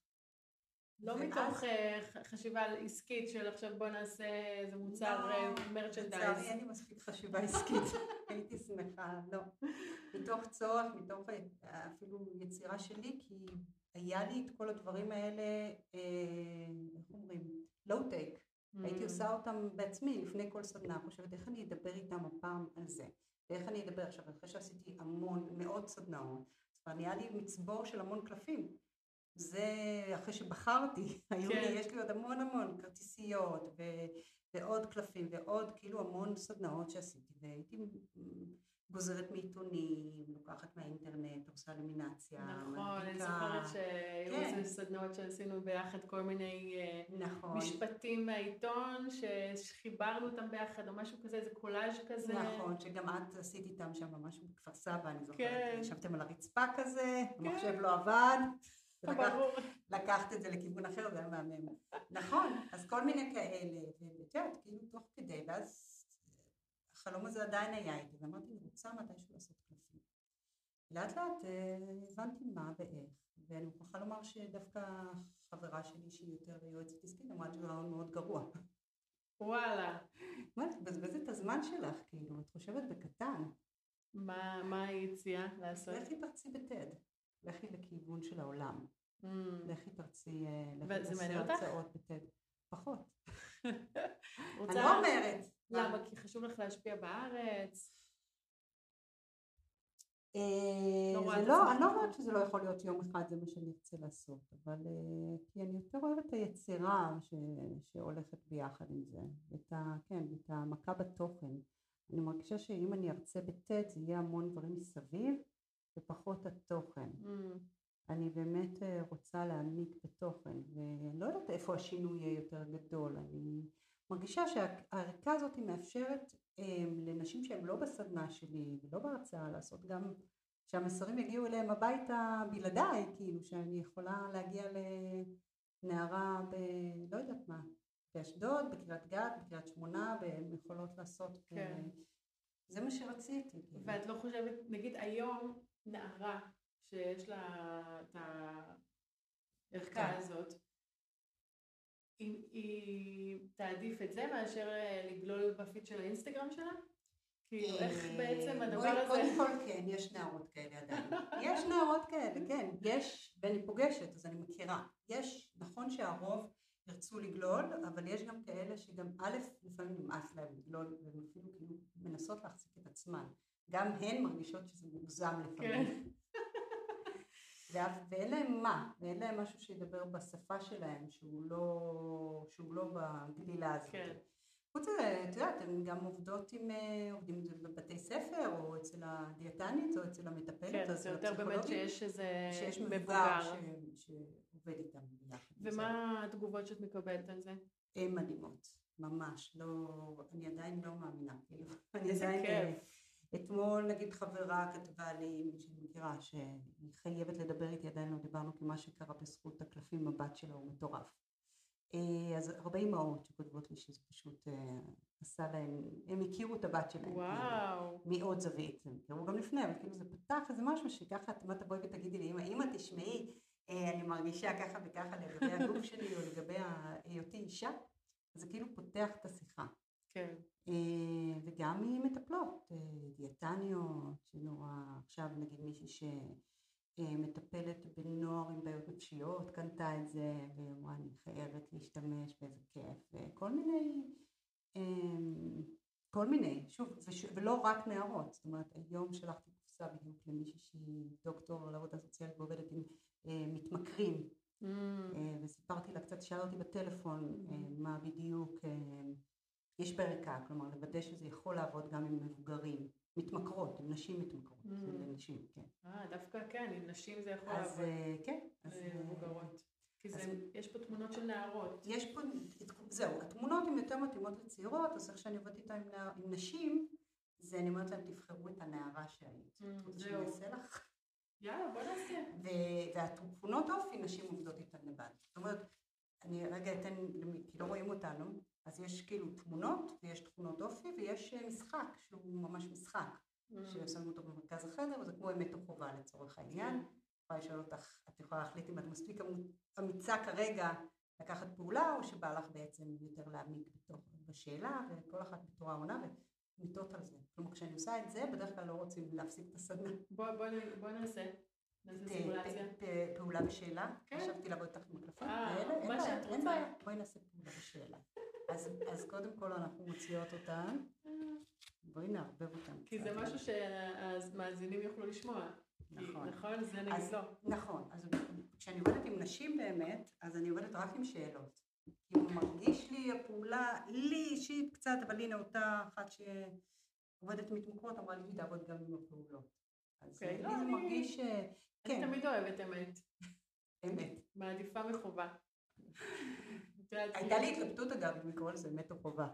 [SPEAKER 1] לא מתוך חשיבה עסקית של עכשיו בוא נעשה איזה מוצר מרצ'נדייז.
[SPEAKER 2] לצערי אין לי מספיק חשיבה עסקית, הייתי שמחה, לא. מתוך צורך, מתוך אפילו יצירה שלי, כי היה לי את כל הדברים האלה, איך אומרים, לואו טייק. הייתי עושה אותם בעצמי לפני כל סדנה, חושבת איך אני אדבר איתם הפעם על זה, ואיך אני אדבר עכשיו, אחרי שעשיתי המון, מאות סדנאות, אז היה לי מצבור של המון קלפים. זה אחרי שבחרתי, היו לי, יש לי עוד המון המון כרטיסיות ו- ועוד קלפים ועוד כאילו המון סדנאות שעשיתי, והייתי גוזרת מעיתונים, לוקחת מהאינטרנט, עושה אלמינציה,
[SPEAKER 1] נכון, אני זוכרת שהיו איזה סדנאות שעשינו ביחד כל מיני נכון. משפטים מהעיתון, שחיברנו אותם ביחד או משהו כזה, איזה קולאז' כזה.
[SPEAKER 2] נכון, שגם את עשית איתם שם משהו בכפר סבא, אני זוכרת, כן. ישבתם על הרצפה כזה, כן. המחשב לא עבד. לקחת את זה לכיוון אחר, זה היה מהמם. נכון, אז כל מיני כאלה, ואת יודעת, כאילו תוך כדי, ואז החלום הזה עדיין היה איתי, ואמרתי, אני רוצה מתישהו לעשות קלפים. לאט לאט הבנתי מה ואיך, ואני מוכרחה לומר שדווקא חברה שלי שהיא יותר יועצת עסקית, אמרה שזה רעיון מאוד גרוע.
[SPEAKER 1] וואלה.
[SPEAKER 2] מה, תבזבז את הזמן שלך, כאילו, את חושבת בקטן.
[SPEAKER 1] מה היא הציעה לעשות?
[SPEAKER 2] לכי תרצי בטד. לכי לכיוון של העולם. לכי תרצי, לכי תעשי הרצאות בטד. פחות. אני לא אומרת.
[SPEAKER 1] למה? כי חשוב לך להשפיע בארץ?
[SPEAKER 2] אני לא אומרת שזה לא יכול להיות יום אחד, זה מה שאני ארצה לעשות, אבל כי אני יותר אוהבת את היצירה שהולכת ביחד עם זה, כן, את המכה בתוכן. אני מרגישה שאם אני ארצה בטד, זה יהיה המון דברים מסביב, ופחות התוכן. אני באמת רוצה להעמיק בתוכן, ואני לא יודעת איפה השינוי יהיה יותר גדול. אני מרגישה שהערכה הזאת מאפשרת לנשים שהן לא בסדנה שלי ולא בהרצאה לעשות גם שהמסרים יגיעו אליהם הביתה בלעדיי, כאילו שאני יכולה להגיע לנערה ב... לא יודעת מה, באשדוד, בקריית גת, בקריית שמונה, והן יכולות לעשות...
[SPEAKER 1] כן.
[SPEAKER 2] זה מה שרציתי.
[SPEAKER 1] ואת לא חושבת, נגיד היום נערה שיש לה את הערכה הזאת, היא, היא תעדיף את זה מאשר לגלול בפיד של האינסטגרם שלה? כאילו, איך בעצם הדבר הזה...
[SPEAKER 2] קודם כל, כן, יש נערות כאלה עדיין. יש נערות כאלה, כן. יש, ואני פוגשת, אז אני מכירה. יש, נכון שהרוב ירצו לגלול, אבל יש גם כאלה שגם א', לפעמים נמאס להם לגלול, והן אפילו כאילו מנסות להחזיק את עצמן. גם הן מרגישות שזה מוגזם לפעמים. ואין להם מה, ואין להם משהו שידבר בשפה שלהם, שהוא לא, שהוא לא בגלילה הזאת.
[SPEAKER 1] כן.
[SPEAKER 2] חוץ לזה, את יודעת, הן גם עובדות עם, עובדים בבתי ספר, או אצל הדיאטנית, או אצל המטפלת,
[SPEAKER 1] כן,
[SPEAKER 2] או אצל
[SPEAKER 1] זה יותר באמת שיש איזה
[SPEAKER 2] שיש
[SPEAKER 1] מבוגר.
[SPEAKER 2] ש, שעובד איתם ביחד.
[SPEAKER 1] ומה התגובות שאת מקבלת על זה?
[SPEAKER 2] הן מדהימות, ממש, לא, אני עדיין לא מאמינה, כאילו, אני
[SPEAKER 1] איזה
[SPEAKER 2] עדיין...
[SPEAKER 1] כיף.
[SPEAKER 2] אתמול נגיד חברה כתבה לי, מי שאני מכירה, שהיא חייבת לדבר איתי, עדיין לא דיברנו, כי מה שקרה בזכות הקלפים, הבת שלה הוא מטורף. אז הרבה אמהות שכותבות לי שזה פשוט עשה להם, הם הכירו את הבת שלהם.
[SPEAKER 1] וואו.
[SPEAKER 2] מעוד זווית, הם הכירו גם לפני, אבל כאילו זה פתח איזה משהו שככה, את תבואי ותגידי לי, אמא תשמעי, אני מרגישה ככה וככה לגבי הגוף שלי, או לגבי היותי אישה, זה כאילו פותח את השיחה.
[SPEAKER 1] כן.
[SPEAKER 2] וגם מטפלות, דיאטניות, שנורא, עכשיו נגיד מישהי שמטפלת בנוער עם בעיות נפשיות, קנתה את זה, ואמרה אני חייבת להשתמש באיזה כיף, וכל מיני, כל מיני, שוב, ולא רק נערות, זאת אומרת, היום שלחתי קופסה בדיוק למישהי שהיא דוקטור לעבודה סוציאלית ועובדת עם מתמכרים, וסיפרתי לה קצת, שאלה אותי בטלפון מה בדיוק, יש בערכה, כלומר, לוודא שזה יכול לעבוד גם עם מבוגרים, מתמכרות, עם נשים מתמכרות, זה נשים, כן.
[SPEAKER 1] אה, דווקא כן, עם נשים זה יכול לעבוד.
[SPEAKER 2] אז כן.
[SPEAKER 1] אז מבוגרות. כי יש פה תמונות של נערות.
[SPEAKER 2] יש פה, זהו, התמונות הן יותר מתאימות לצעירות, אז איך שאני עובדת איתה עם נשים, זה אני אומרת להם, תבחרו את הנערה שהיית.
[SPEAKER 1] זהו.
[SPEAKER 2] אני אעשה לך.
[SPEAKER 1] יאללה, בוא נעשה.
[SPEAKER 2] והתמונות אופי, נשים עובדות איתן לבד. זאת אומרת, אני רגע אתן, כי לא רואים אותנו, אז יש כאילו תמונות, ויש תכונות אופי, ויש משחק, שהוא ממש משחק, ששמים אותו במרכז החדר, וזה כמו אמת או חובה לצורך העניין. אני יכולה לשאול אותך, את יכולה להחליט אם את מספיק אמיצה כרגע לקחת פעולה, או שבא לך בעצם יותר להעמיק בשאלה, וכל אחת בתורה עונה, ומיטות על זה. כלומר, כשאני עושה את זה, בדרך כלל לא רוצים להפסיק את הסדנה.
[SPEAKER 1] בוא נעשה. נעשה סימולציה.
[SPEAKER 2] פעולה בשאלה?
[SPEAKER 1] כן.
[SPEAKER 2] חשבתי לבוא איתך עם הקלפים.
[SPEAKER 1] אה, מה שאת רוצה.
[SPEAKER 2] אין בעיה, בואי נעשה פעולה בשאלה. אז קודם כל אנחנו מוציאות אותן, בואי נערבב אותן.
[SPEAKER 1] כי זה משהו שהמאזינים יוכלו לשמוע. נכון. נכון, זה נגיד לא.
[SPEAKER 2] נכון, אז כשאני עובדת עם נשים באמת, אז אני עובדת רק עם שאלות. כי הוא מרגיש לי הפעולה, לי אישית קצת, אבל הנה אותה אחת שעובדת מתמכרות, אמרה לי שתעבוד גם עם הפעולות. אז לי זה מרגיש...
[SPEAKER 1] אני תמיד אוהבת אמת.
[SPEAKER 2] אמת.
[SPEAKER 1] מעדיפה מחובה.
[SPEAKER 2] הייתה לי התלבטות אגב, אם לקרוא לזה אמת או חובה.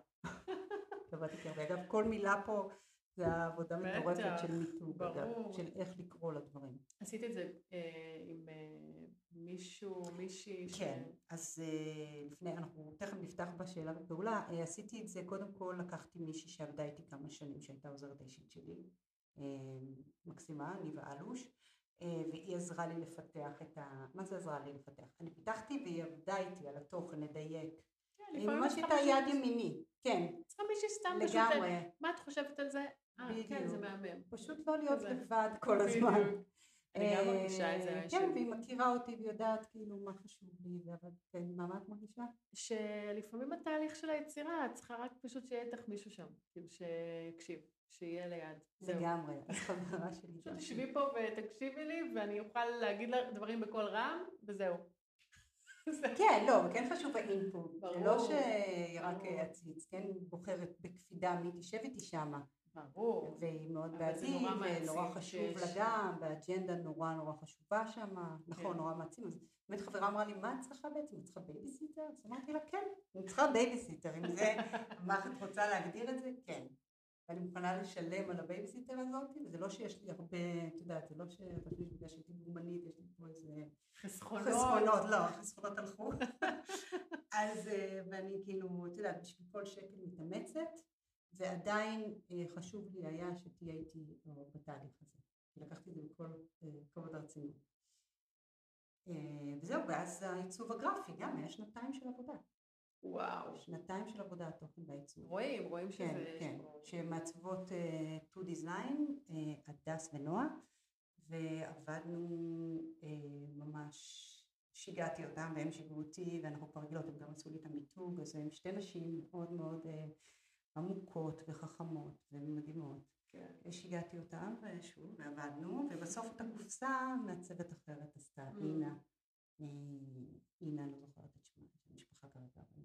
[SPEAKER 2] אגב, כל מילה פה זה העבודה מטורפת של מיתוג, של איך לקרוא לדברים.
[SPEAKER 1] עשית את זה עם מישהו, מישהי?
[SPEAKER 2] כן, אז לפני, אנחנו תכף נפתח בשאלה בפעולה, עשיתי את זה, קודם כל לקחתי מישהי שעבדה איתי כמה שנים, שהייתה עוזרת האישית שלי, מקסימה, ניבה אלוש, והיא עזרה לי לפתח את ה... מה זה עזרה לי לפתח? אני פיתחתי והיא עבדה איתי על התוכן, לדייק. היא ממש הייתה יד ימיני, כן.
[SPEAKER 1] צריכה מישהי סתם פשוט... לגמרי. מה את חושבת על זה? אה, כן, זה מהמם.
[SPEAKER 2] פשוט לא להיות לבד כל הזמן.
[SPEAKER 1] אני גם מרגישה את זה.
[SPEAKER 2] כן, והיא מכירה אותי ויודעת כאילו מה חשוב לי, אבל כן, מה את מרגישה?
[SPEAKER 1] שלפעמים התהליך של היצירה, את צריכה רק פשוט שיהיה איתך מישהו שם, כאילו שיקשיב. שיהיה ליד.
[SPEAKER 2] לגמרי, אז חברה שלי.
[SPEAKER 1] פשוט תשבי פה ותקשיבי לי, ואני אוכל להגיד לך דברים בכל רם, וזהו.
[SPEAKER 2] כן, לא, וכן חשוב האינפוט. זה לא שרק הציץ, כן, בוחרת בקפידה מי תשב איתי שמה.
[SPEAKER 1] ברור.
[SPEAKER 2] והיא מאוד
[SPEAKER 1] אבל זה
[SPEAKER 2] בעדי,
[SPEAKER 1] נורא מעצים
[SPEAKER 2] ונורא חשוב
[SPEAKER 1] שיש-
[SPEAKER 2] לה גם, והאג'נדה נורא נורא חשובה שם, נכון,
[SPEAKER 1] כן.
[SPEAKER 2] נורא מעצים. אז באמת חברה אמרה לי, מה את צריכה בעצם? את צריכה בייביסיטר? אז אמרתי לה, כן, אני צריכה בייביסיטר. אם זה, מה את רוצה להגדיר את זה? כן. ואני מוכנה לשלם על הבייביסיטר הזאת, וזה לא שיש לי הרבה, את יודעת, זה לא שאתה חושבת בגלל שהייתי דוגמנית, יש לי פה איזה...
[SPEAKER 1] חסכונות.
[SPEAKER 2] חסכונות, לא, חסכונות הלכו. אז, אה, ואני כאילו, את יודעת, בשביל כל שקל מתאמצת, ועדיין אה, חשוב לי היה שתהיה איתי אה, בתהליך הזה. לקחתי את זה בכל אה, כובד הרצינות. אה, וזהו, ואז העיצוב הגרפי, גם היה שנתיים של עבודה.
[SPEAKER 1] וואו.
[SPEAKER 2] שנתיים של עבודה, התוכן והעיצוב.
[SPEAKER 1] רואים, רואים שזה...
[SPEAKER 2] כן,
[SPEAKER 1] יש
[SPEAKER 2] כן,
[SPEAKER 1] פה-
[SPEAKER 2] שמעצבות אה, טו דיזיין, אה, הדס ונועה, ועבדנו אה, ממש, שיגעתי אותם והם שיגעו אותי, ואנחנו כבר רגילות, הם גם עשו לי את המיתוג, אז הם שתי נשים מאוד מאוד אה, עמוקות וחכמות ומדהימות.
[SPEAKER 1] כן.
[SPEAKER 2] שיגעתי אותם, ושוב, ועבדנו, ובסוף את הקופסה מעצבת אחרת עשתה,
[SPEAKER 1] Mm.
[SPEAKER 2] אינה, אה, אינה, לא זוכרת את שמה, המשפחה כרגע, אבל...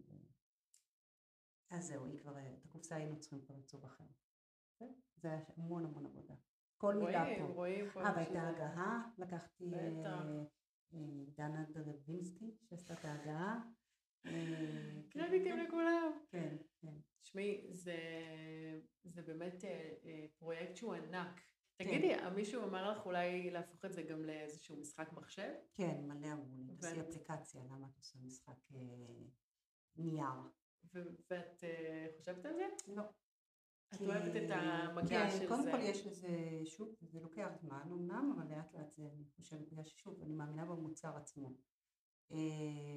[SPEAKER 2] אז זהו, היא כבר, את הקופסה היינו צריכים כבר לעצוב אחר. זה היה המון המון עבודה. כל מילה
[SPEAKER 1] רואים,
[SPEAKER 2] פה.
[SPEAKER 1] רואים פה.
[SPEAKER 2] אה, והייתה
[SPEAKER 1] שזה-
[SPEAKER 2] הגעה, לקחתי
[SPEAKER 1] בטח.
[SPEAKER 2] אה, אה, דנה דרבינסקי, שעשתה את ההגעה. אה,
[SPEAKER 1] קרדיטים לכולם.
[SPEAKER 2] כן, כן.
[SPEAKER 1] תשמעי, זה, זה באמת אה, אה, פרויקט שהוא ענק.
[SPEAKER 2] כן.
[SPEAKER 1] תגידי, מישהו אמר לך אולי להפוך את זה גם לאיזשהו משחק מחשב?
[SPEAKER 2] כן, מלא אמרו לי, תעשי
[SPEAKER 1] ואת-
[SPEAKER 2] אפליקציה, למה את עושה משחק אה, נייר?
[SPEAKER 1] ו- ואת אה, חושבת על זה?
[SPEAKER 2] לא.
[SPEAKER 1] את
[SPEAKER 2] כי-
[SPEAKER 1] אוהבת את המגע
[SPEAKER 2] כן,
[SPEAKER 1] של
[SPEAKER 2] קודם
[SPEAKER 1] זה.
[SPEAKER 2] כל יש לזה, שוב, זה לוקח זמן אמנם, אבל לאט לאט זה, אני חושבת, בגלל ששוב, אני מאמינה במוצר עצמו. אה,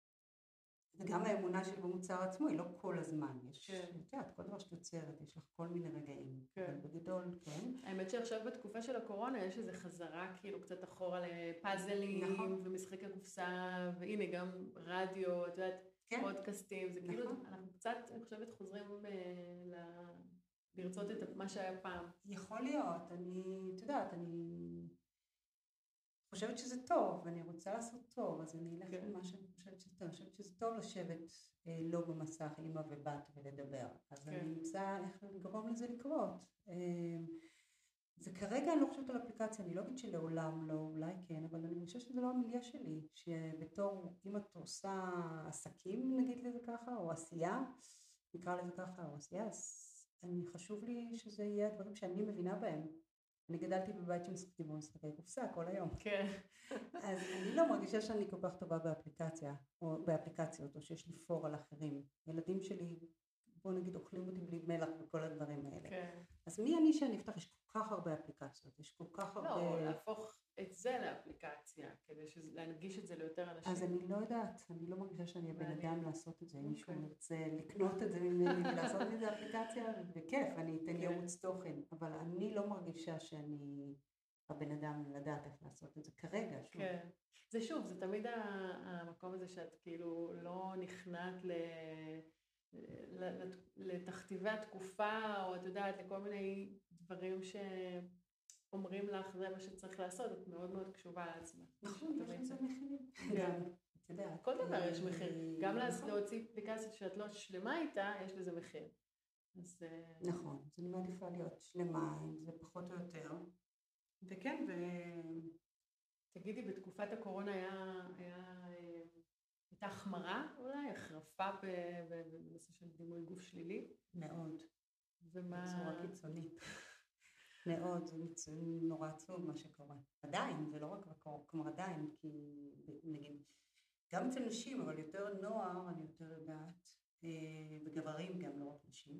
[SPEAKER 2] וגם האמונה שלי במוצר עצמו היא לא כל הזמן, יש,
[SPEAKER 1] כן.
[SPEAKER 2] את יודעת, כל דבר שאת יוצרת, יש לך כל מיני רגעים,
[SPEAKER 1] כן.
[SPEAKER 2] אבל בגדול, כן.
[SPEAKER 1] האמת שעכשיו בתקופה של הקורונה יש איזו חזרה כאילו קצת אחורה לפאזלים
[SPEAKER 2] נכון.
[SPEAKER 1] ומשחקי קופסה, והנה גם רדיו, את יודעת,
[SPEAKER 2] כן,
[SPEAKER 1] פודקאסטים, זה כאילו,
[SPEAKER 2] נכון.
[SPEAKER 1] אנחנו קצת, אני חושבת, חוזרים אה, ל... לרצות את מה שהיה פעם.
[SPEAKER 2] יכול להיות, אני, את יודעת, אני חושבת שזה טוב, ואני רוצה לעשות טוב, אז אני אלך
[SPEAKER 1] כן.
[SPEAKER 2] עם מה שאני חושבת שזה טוב, אני חושבת שזה טוב לשבת אה, לא במסך, אמא ובת ולדבר, אז
[SPEAKER 1] כן.
[SPEAKER 2] אני אמצא איך לגרום לזה לקרות. אה, וכרגע אני לא חושבת על אפליקציה, אני לא אגיד שלעולם לא, אולי כן, אבל אני חושבת שזה לא המיליה שלי, שבתור, אם את עושה עסקים, נגיד לזה ככה, או עשייה, נקרא לזה ככה, או עשייה, אז אני חשוב לי שזה יהיה הדברים שאני מבינה בהם. אני גדלתי בבית שמשחקים במשחקי קופסה כל היום.
[SPEAKER 1] כן.
[SPEAKER 2] אז אני לא מרגישה שאני כל כך טובה באפליקציה, או באפליקציות, או שיש לי פור על אחרים. ילדים שלי, בוא נגיד, אוכלים אותי בלי מלח וכל הדברים האלה.
[SPEAKER 1] כן.
[SPEAKER 2] אז מי אני שאני אפתח? יש כל כך הרבה אפליקציות, יש כל כך הרבה...
[SPEAKER 1] לא, להפוך את זה לאפליקציה, כדי שזה- להנגיש את זה ליותר אנשים.
[SPEAKER 2] אז אני לא יודעת, אני לא מרגישה שאני הבן
[SPEAKER 1] מעניין.
[SPEAKER 2] אדם לעשות את זה. אם מישהו
[SPEAKER 1] אוקיי.
[SPEAKER 2] ירצה לקנות את זה ממני ולעשות מזה אפליקציה, בכיף, אני אתן
[SPEAKER 1] כן.
[SPEAKER 2] ייעוץ תוכן, אבל אני לא מרגישה שאני הבן אדם לדעת איך לעשות את זה כרגע, שוב.
[SPEAKER 1] כן. זה שוב, זה תמיד ה- המקום הזה שאת כאילו לא נכנעת ל... ל- ל- לתכתיבי התקופה, או את יודעת, לכל מיני דברים שאומרים לך, זה מה שצריך לעשות, את מאוד מאוד קשובה לעצמך.
[SPEAKER 2] נכון, יש
[SPEAKER 1] תמיד
[SPEAKER 2] לזה
[SPEAKER 1] זה.
[SPEAKER 2] מחירים.
[SPEAKER 1] כן.
[SPEAKER 2] גם, את יודעת.
[SPEAKER 1] כל דבר יש
[SPEAKER 2] אה,
[SPEAKER 1] מחיר. גם לה-
[SPEAKER 2] נכון.
[SPEAKER 1] להוציא אפליקציה שאת לא שלמה איתה, יש לזה מחיר. אז... אה,
[SPEAKER 2] נכון, אז אני מעדיפה להיות שלמה עם זה פחות או יותר. וכן, ו...
[SPEAKER 1] תגידי, בתקופת הקורונה היה, היה, אה, הייתה החמרה אולי, החרפה ב- ב- בנושא של דימוי גוף שלילי?
[SPEAKER 2] מאוד,
[SPEAKER 1] ומה...
[SPEAKER 2] בצורה קיצונית. מאוד, זה מצ- נורא עצוב מה שקורה. עדיין, זה לא רק בקור, כלומר עדיין, כי נגיד, גם אצל נשים, אבל יותר נוער, אני יותר יודעת, אה, וגברים גם, לא רק נשים.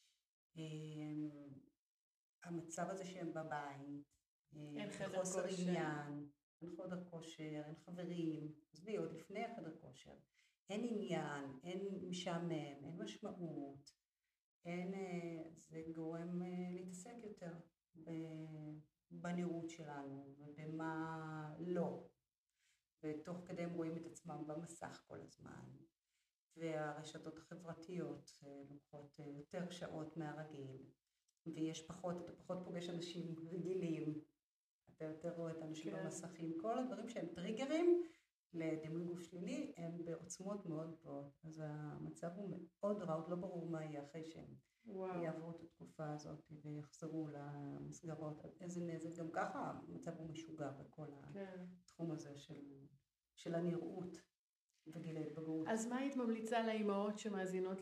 [SPEAKER 2] אה, המצב הזה שהם בבית, אה,
[SPEAKER 1] אין חדר
[SPEAKER 2] בחוסר
[SPEAKER 1] כושר.
[SPEAKER 2] עניין, אין חדר כושר, אין חברים, עזבי, עוד לפני החדר כושר, אין עניין, אין משעמם, אין משמעות, אין, אה, זה גורם אה, להתעסק יותר ב- בנראות שלנו ובמה לא, ותוך כדי הם רואים את עצמם במסך כל הזמן, והרשתות החברתיות אה, לוקחות אה, יותר שעות מהרגיל, ויש פחות, אתה פחות פוגש אנשים רגילים, אתה יותר רואה את האנשים
[SPEAKER 1] כן.
[SPEAKER 2] במסכים, כל הדברים שהם טריגרים לדימוי גוף שלילי הם בעוצמות מאוד גבוהות, אז המצב הוא מאוד רע, עוד לא ברור מה יהיה אחרי שהם
[SPEAKER 1] וואו.
[SPEAKER 2] יעברו את התקופה הזאת ויחזרו למסגרות. איזה נזק, גם ככה המצב הוא משוגע בכל
[SPEAKER 1] כן.
[SPEAKER 2] התחום הזה של, של הנראות וגיל ההתבגרות.
[SPEAKER 1] אז מה היית ממליצה לאימהות שמאזינות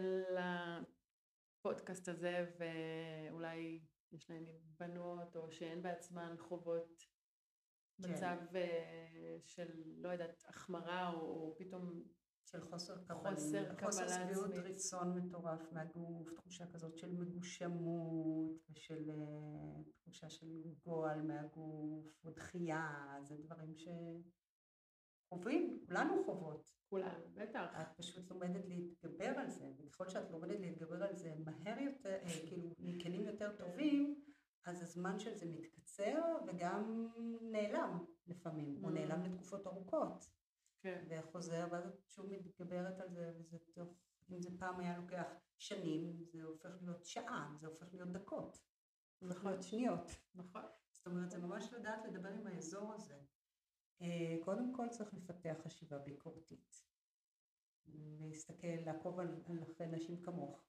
[SPEAKER 1] לפודקאסט הזה, ואולי יש להן בנות או שהן בעצמן חוות מצב כן. של, לא יודעת, החמרה או, או פתאום
[SPEAKER 2] של חוסר
[SPEAKER 1] קבלה,
[SPEAKER 2] חוסר, חוסר שביעות
[SPEAKER 1] עצמית.
[SPEAKER 2] רצון מטורף מהגוף, תחושה כזאת של מגושמות ושל uh, תחושה של גועל מהגוף או דחייה, זה דברים שחווים, כולנו חוות.
[SPEAKER 1] כולנו, בטח.
[SPEAKER 2] את פשוט לומדת להתגבר על זה, וככל שאת לומדת להתגבר על זה מהר יותר, uh, כאילו מכלים יותר טובים, אז הזמן של זה מתקצר וגם נעלם לפעמים, או נעלם לתקופות ארוכות.
[SPEAKER 1] כן.
[SPEAKER 2] וחוזר, ואז את שוב מתגברת על זה, וזה תוך, אם זה פעם היה לוקח שנים, זה הופך להיות שעה, זה הופך להיות דקות, זה הופך להיות שניות.
[SPEAKER 1] נכון.
[SPEAKER 2] זאת אומרת, זה ממש לדעת לדבר עם האזור הזה. קודם כל צריך לפתח חשיבה ביקורתית, להסתכל, לעקוב על, על אחרי נשים כמוך,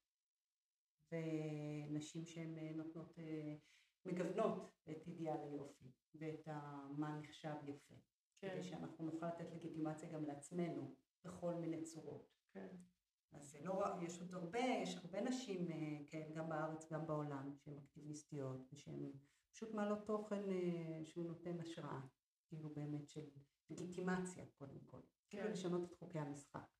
[SPEAKER 2] ונשים שהן נותנות, מגוונות את אידיאל היופי, ואת מה נחשב יפה. כן. כדי שאנחנו נוכל לתת לגיטימציה גם לעצמנו בכל מיני צורות.
[SPEAKER 1] כן.
[SPEAKER 2] אז זה לא, יש עוד הרבה, יש הרבה נשים, כן, גם בארץ, גם בעולם, שהן אקטיביסטיות, ושהן פשוט מעלות תוכן שהוא נותן השראה, כאילו באמת של לגיטימציה קודם כל, כן. כאילו לשנות את חוקי המשחק.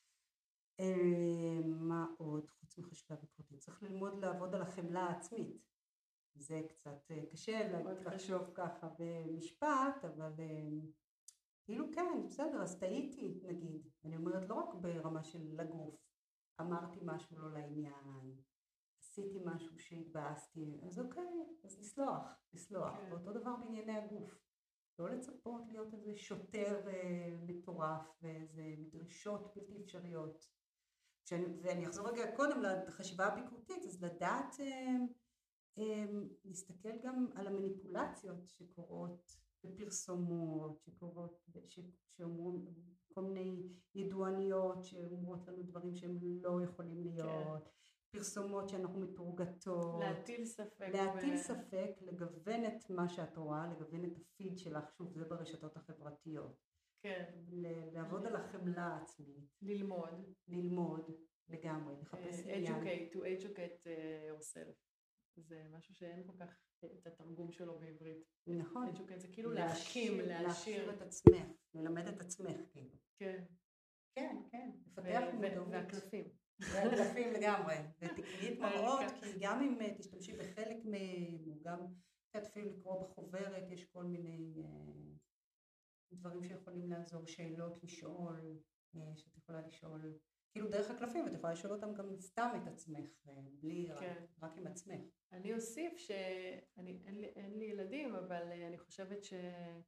[SPEAKER 2] מה עוד, חוץ מחשיבה ביקורתית? צריך ללמוד לעבוד על החמלה העצמית. זה קצת קשה לחשוב ככה במשפט, אבל כאילו כן, בסדר, אז טעיתי נגיד. אני אומרת לא רק ברמה של לגוף, אמרתי משהו לא לעניין, עשיתי משהו שהתבאסתי, אז אוקיי, אז לסלוח, לסלוח. כן. ואותו דבר בענייני הגוף. לא לצפות להיות איזה שוטר אה, מטורף ואיזה מדרישות בלתי אפשריות. כשאני, ואני אחזור רגע קודם לחשיבה הביקורתית, אז לדעת אה, אה, להסתכל גם על המניפולציות שקורות בפרסומות, שקורות, ש, שאומרים כל מיני ידועניות שאומרות לנו דברים שהם לא יכולים להיות. כן. פרסומות שאנחנו מתורגתות,
[SPEAKER 1] להטיל ספק,
[SPEAKER 2] להטיל ו... ספק, לגוון את מה שאת רואה, לגוון את הפיד שלך, שוב זה ברשתות החברתיות.
[SPEAKER 1] כן.
[SPEAKER 2] לעבוד על החמלה העצמית.
[SPEAKER 1] ללמוד.
[SPEAKER 2] ללמוד, לגמרי, לחפש עניין.
[SPEAKER 1] Educate, to educate yourself. זה משהו שאין כל כך את התרגום שלו בעברית.
[SPEAKER 2] נכון.
[SPEAKER 1] Educate זה כאילו להשכים, להשאיר.
[SPEAKER 2] להשאיר את עצמך, ללמד את עצמך כאילו.
[SPEAKER 1] כן.
[SPEAKER 2] כן, כן. לפתח מודעות.
[SPEAKER 1] והקלפים.
[SPEAKER 2] והקלפים לגמרי, ותקנית מראות, כי גם אם תשתמשי בחלק מהם, גם אפילו לקרוא בחוברת, יש כל מיני דברים שיכולים לעזור, שאלות לשאול, שאת יכולה לשאול, כאילו דרך הקלפים, ואת יכולה לשאול אותם גם סתם את עצמך, בלי רק עם עצמך.
[SPEAKER 1] אני אוסיף שאין לי ילדים, אבל אני חושבת ש...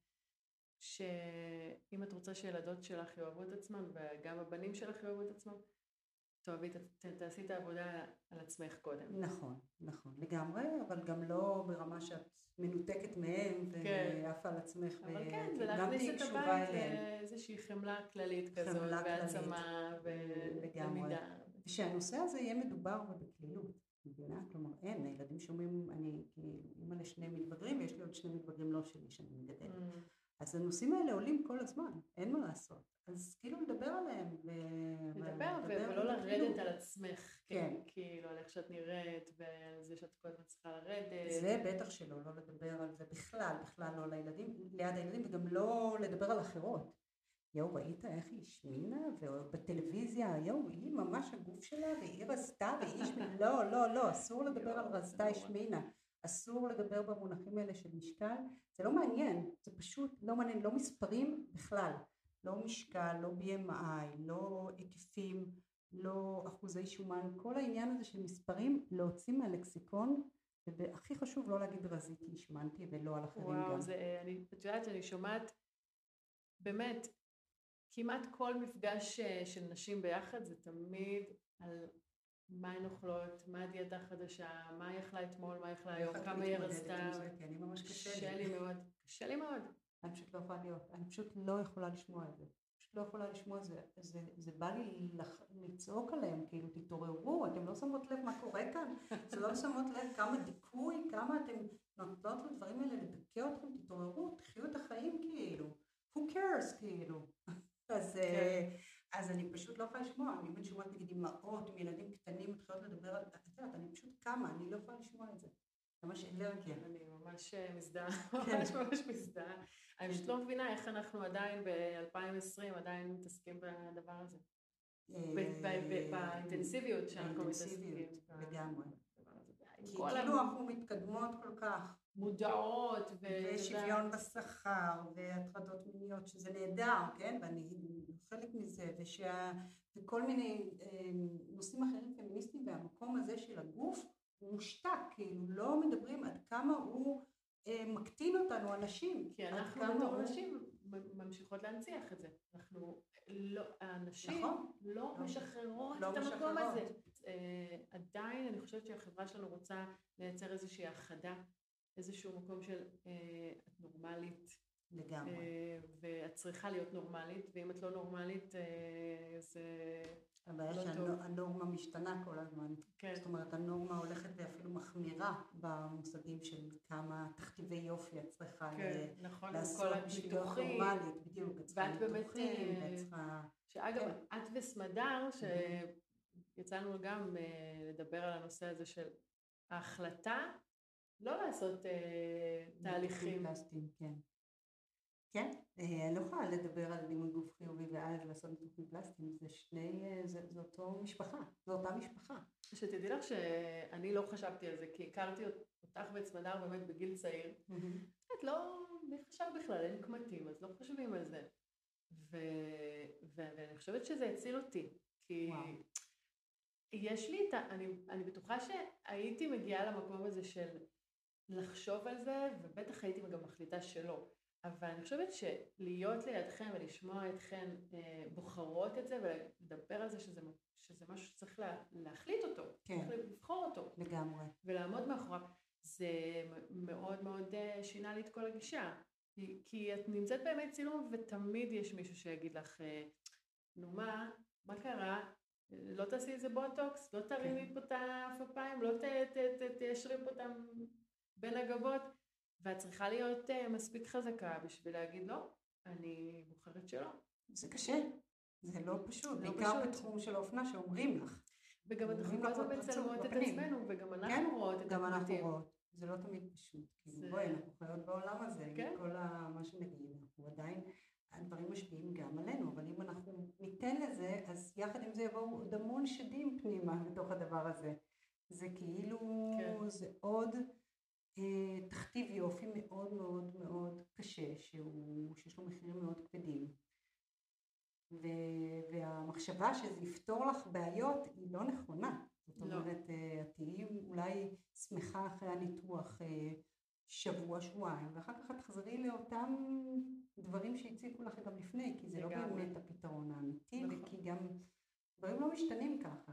[SPEAKER 1] שאם את רוצה שילדות שלך יאהבו את עצמם, וגם הבנים שלך יאהבו את עצמם, תאהבי, תעשי את העבודה על עצמך קודם.
[SPEAKER 2] נכון, נכון, לגמרי, אבל גם לא ברמה שאת מנותקת מהם, ועפה על עצמך,
[SPEAKER 1] אבל כן, ולהכניס את הבית לאיזושהי חמלה כללית כזאת, והעצמה, ולמידה.
[SPEAKER 2] ושהנושא הזה יהיה מדובר ובכלילות, מבינה? כלומר, אין, הילדים שומעים, אני אימא לשני מתבגרים, ויש לי עוד שני מתבגרים לא שלי שאני מגדלת. אז הנושאים האלה עולים כל הזמן, אין מה לעשות. אז כאילו לדבר עליהם.
[SPEAKER 1] לדבר, ולא לרדת על עצמך. כן. כאילו, על איך שאת נראית, ועל זה שאת כל הזמן צריכה לרדת.
[SPEAKER 2] זה בטח שלא, לא לדבר על זה בכלל, בכלל לא לילדים, ליד הילדים, וגם לא לדבר על אחרות. יואו, ראית איך היא השמינה, ובטלוויזיה, יואו, היא ממש הגוף שלה, והיא רזתה, והיא השמינה. לא, לא, לא, אסור לדבר על רזתה השמינה. אסור לדבר במונחים האלה של משקל, זה לא מעניין, זה פשוט לא מעניין, לא מספרים בכלל, לא משקל, לא בי אם איי, לא היקפים, לא אחוזי שומן, כל העניין הזה של מספרים להוציא מהלקסיקון, והכי חשוב לא להגיד רזיתי, השמנתי ולא על אחרים
[SPEAKER 1] וואו,
[SPEAKER 2] גם.
[SPEAKER 1] וואו, את יודעת שאני שומעת, באמת, כמעט כל מפגש של נשים ביחד זה תמיד על... מה הן אוכלות, מה הדיאטה החדשה, מה היא אכלה אתמול, מה היא אכלה היום, כמה היא רזתה.
[SPEAKER 2] אני ממש
[SPEAKER 1] קשה לי מאוד, קשה לי מאוד.
[SPEAKER 2] אני פשוט לא יכולה להיות, אני פשוט לא יכולה לשמוע את זה. פשוט לא יכולה לשמוע, זה, זה, זה בא לי לח, לצעוק עליהם, כאילו תתעוררו, אתם לא שמות לב מה קורה כאן, אתם לא שמות לב כמה דיכוי, כמה אתם נותנות לדברים האלה לדכא אתכם, תתעוררו, תחיו את החיים כאילו, who cares כאילו. אז, כן. אז אני פשוט לא יכולה לשמוע, אני באמת שומעת נגיד אמהות, עם ילדים קטנים, מתחילות לדבר על, את יודעת, אני פשוט קמה, אני לא יכולה לשמוע את זה. ממש אלרגיה.
[SPEAKER 1] אני ממש מזדהה, ממש ממש מזדהה. אני פשוט לא מבינה איך אנחנו עדיין ב-אלפיים ועשרים עדיין מתעסקים בדבר הזה. באינטנסיביות שאנחנו מתעסקים.
[SPEAKER 2] לגמרי. כי כאילו אנחנו מתקדמות כל כך.
[SPEAKER 1] מודעות.
[SPEAKER 2] ושוויון בשכר, והטרדות מיניות, שזה נהדר, כן? ואני חלק מזה, וכל מיני נושאים אחרים פמיניסטיים, והמקום הזה של הגוף, הוא מושתק, כאילו לא מדברים עד כמה הוא אה, מקטין אותנו, אנשים.
[SPEAKER 1] כי אנחנו בתור הוא... אנשים ממשיכות להנציח את זה. אנחנו, לא, האנשים נכון, לא, לא משחררות לא את משחררות. המקום הזה. אה, עדיין אני חושבת שהחברה שלנו רוצה לייצר איזושהי החדה, איזשהו מקום של אה, את נורמלית.
[SPEAKER 2] לגמרי.
[SPEAKER 1] אה, ואת צריכה להיות נורמלית, ואם את לא נורמלית, אה, זה...
[SPEAKER 2] הבעיה לא שהנורמה משתנה כל הזמן.
[SPEAKER 1] כן.
[SPEAKER 2] זאת אומרת, הנורמה הולכת ואפילו מחמירה במושגים של כמה תכתיבי יופי את צריכה
[SPEAKER 1] כן, נכון,
[SPEAKER 2] לעשות בשביל נורמלית, בדיוק, את צריכה ניתוחים, ואת צריכה...
[SPEAKER 1] שאגב, כן. את וסמדר, שיצא לנו גם לדבר על הנושא הזה של ההחלטה, לא לעשות תהליכים.
[SPEAKER 2] פלסטיים, כן. כן, אני לא יכולה לדבר על דימוי גוף חיובי ואז לעשות ניתוחים פלסטיים, זה שני, זה, זה אותו משפחה, זה אותה משפחה.
[SPEAKER 1] שתדעי לך שאני לא חשבתי על זה, כי הכרתי אותך ואת סמדר באמת בגיל צעיר, את לא, מי חשב בכלל, אין קמטים, אז לא חושבים על זה. ו, ואני חושבת שזה הציל אותי, כי וואו. יש לי את ה... אני, אני בטוחה שהייתי מגיעה למקום הזה של לחשוב על זה, ובטח הייתי גם מחליטה שלא. אבל אני חושבת שלהיות לידכם ולשמוע אתכן אה, בוחרות את זה ולדבר על זה שזה, שזה משהו שצריך לה, להחליט אותו,
[SPEAKER 2] כן.
[SPEAKER 1] צריך לבחור אותו.
[SPEAKER 2] לגמרי.
[SPEAKER 1] ולעמוד מאחוריו. זה מאוד מאוד אה, שינה לי את כל הגישה. כי, כי את נמצאת באמת צילום ותמיד יש מישהו שיגיד לך, אה, נו מה, מה קרה? לא תעשי איזה בוטוקס, לא תרימי כן. פה את האפפיים, לא תיישרי פה אותם בין הגבות. ואת צריכה להיות uh, מספיק חזקה בשביל להגיד לא, אני בוחרת שלא.
[SPEAKER 2] זה קשה, זה לא פשוט, בעיקר בתחום של האופנה שאומרים לך.
[SPEAKER 1] וגם אנחנו כל הזמן מצלמות את עצמנו, וגם אנחנו כן, רואות את
[SPEAKER 2] גם אנחנו רואות, זה לא תמיד פשוט. זה... בואי, אנחנו חיות בעולם הזה, כן? כל מה שנגיד, אנחנו עדיין, הדברים משפיעים גם עלינו, אבל אם אנחנו ניתן לזה, אז יחד עם זה יבואו עוד המון שדים פנימה בתוך הדבר הזה. זה כאילו, כן. זה עוד... תכתיב יופי מאוד מאוד מאוד קשה, שהוא, שיש לו מחירים מאוד כבדים. ו, והמחשבה שזה יפתור לך בעיות היא לא נכונה. זאת אומרת, את תהיי אולי שמחה אחרי הניתוח שבוע, שבועיים, ואחר כך את תחזרי לאותם דברים שהציקו לך גם לפני, כי זה לא באמת הפתרון האמיתי, וכי גם דברים לא משתנים ככה.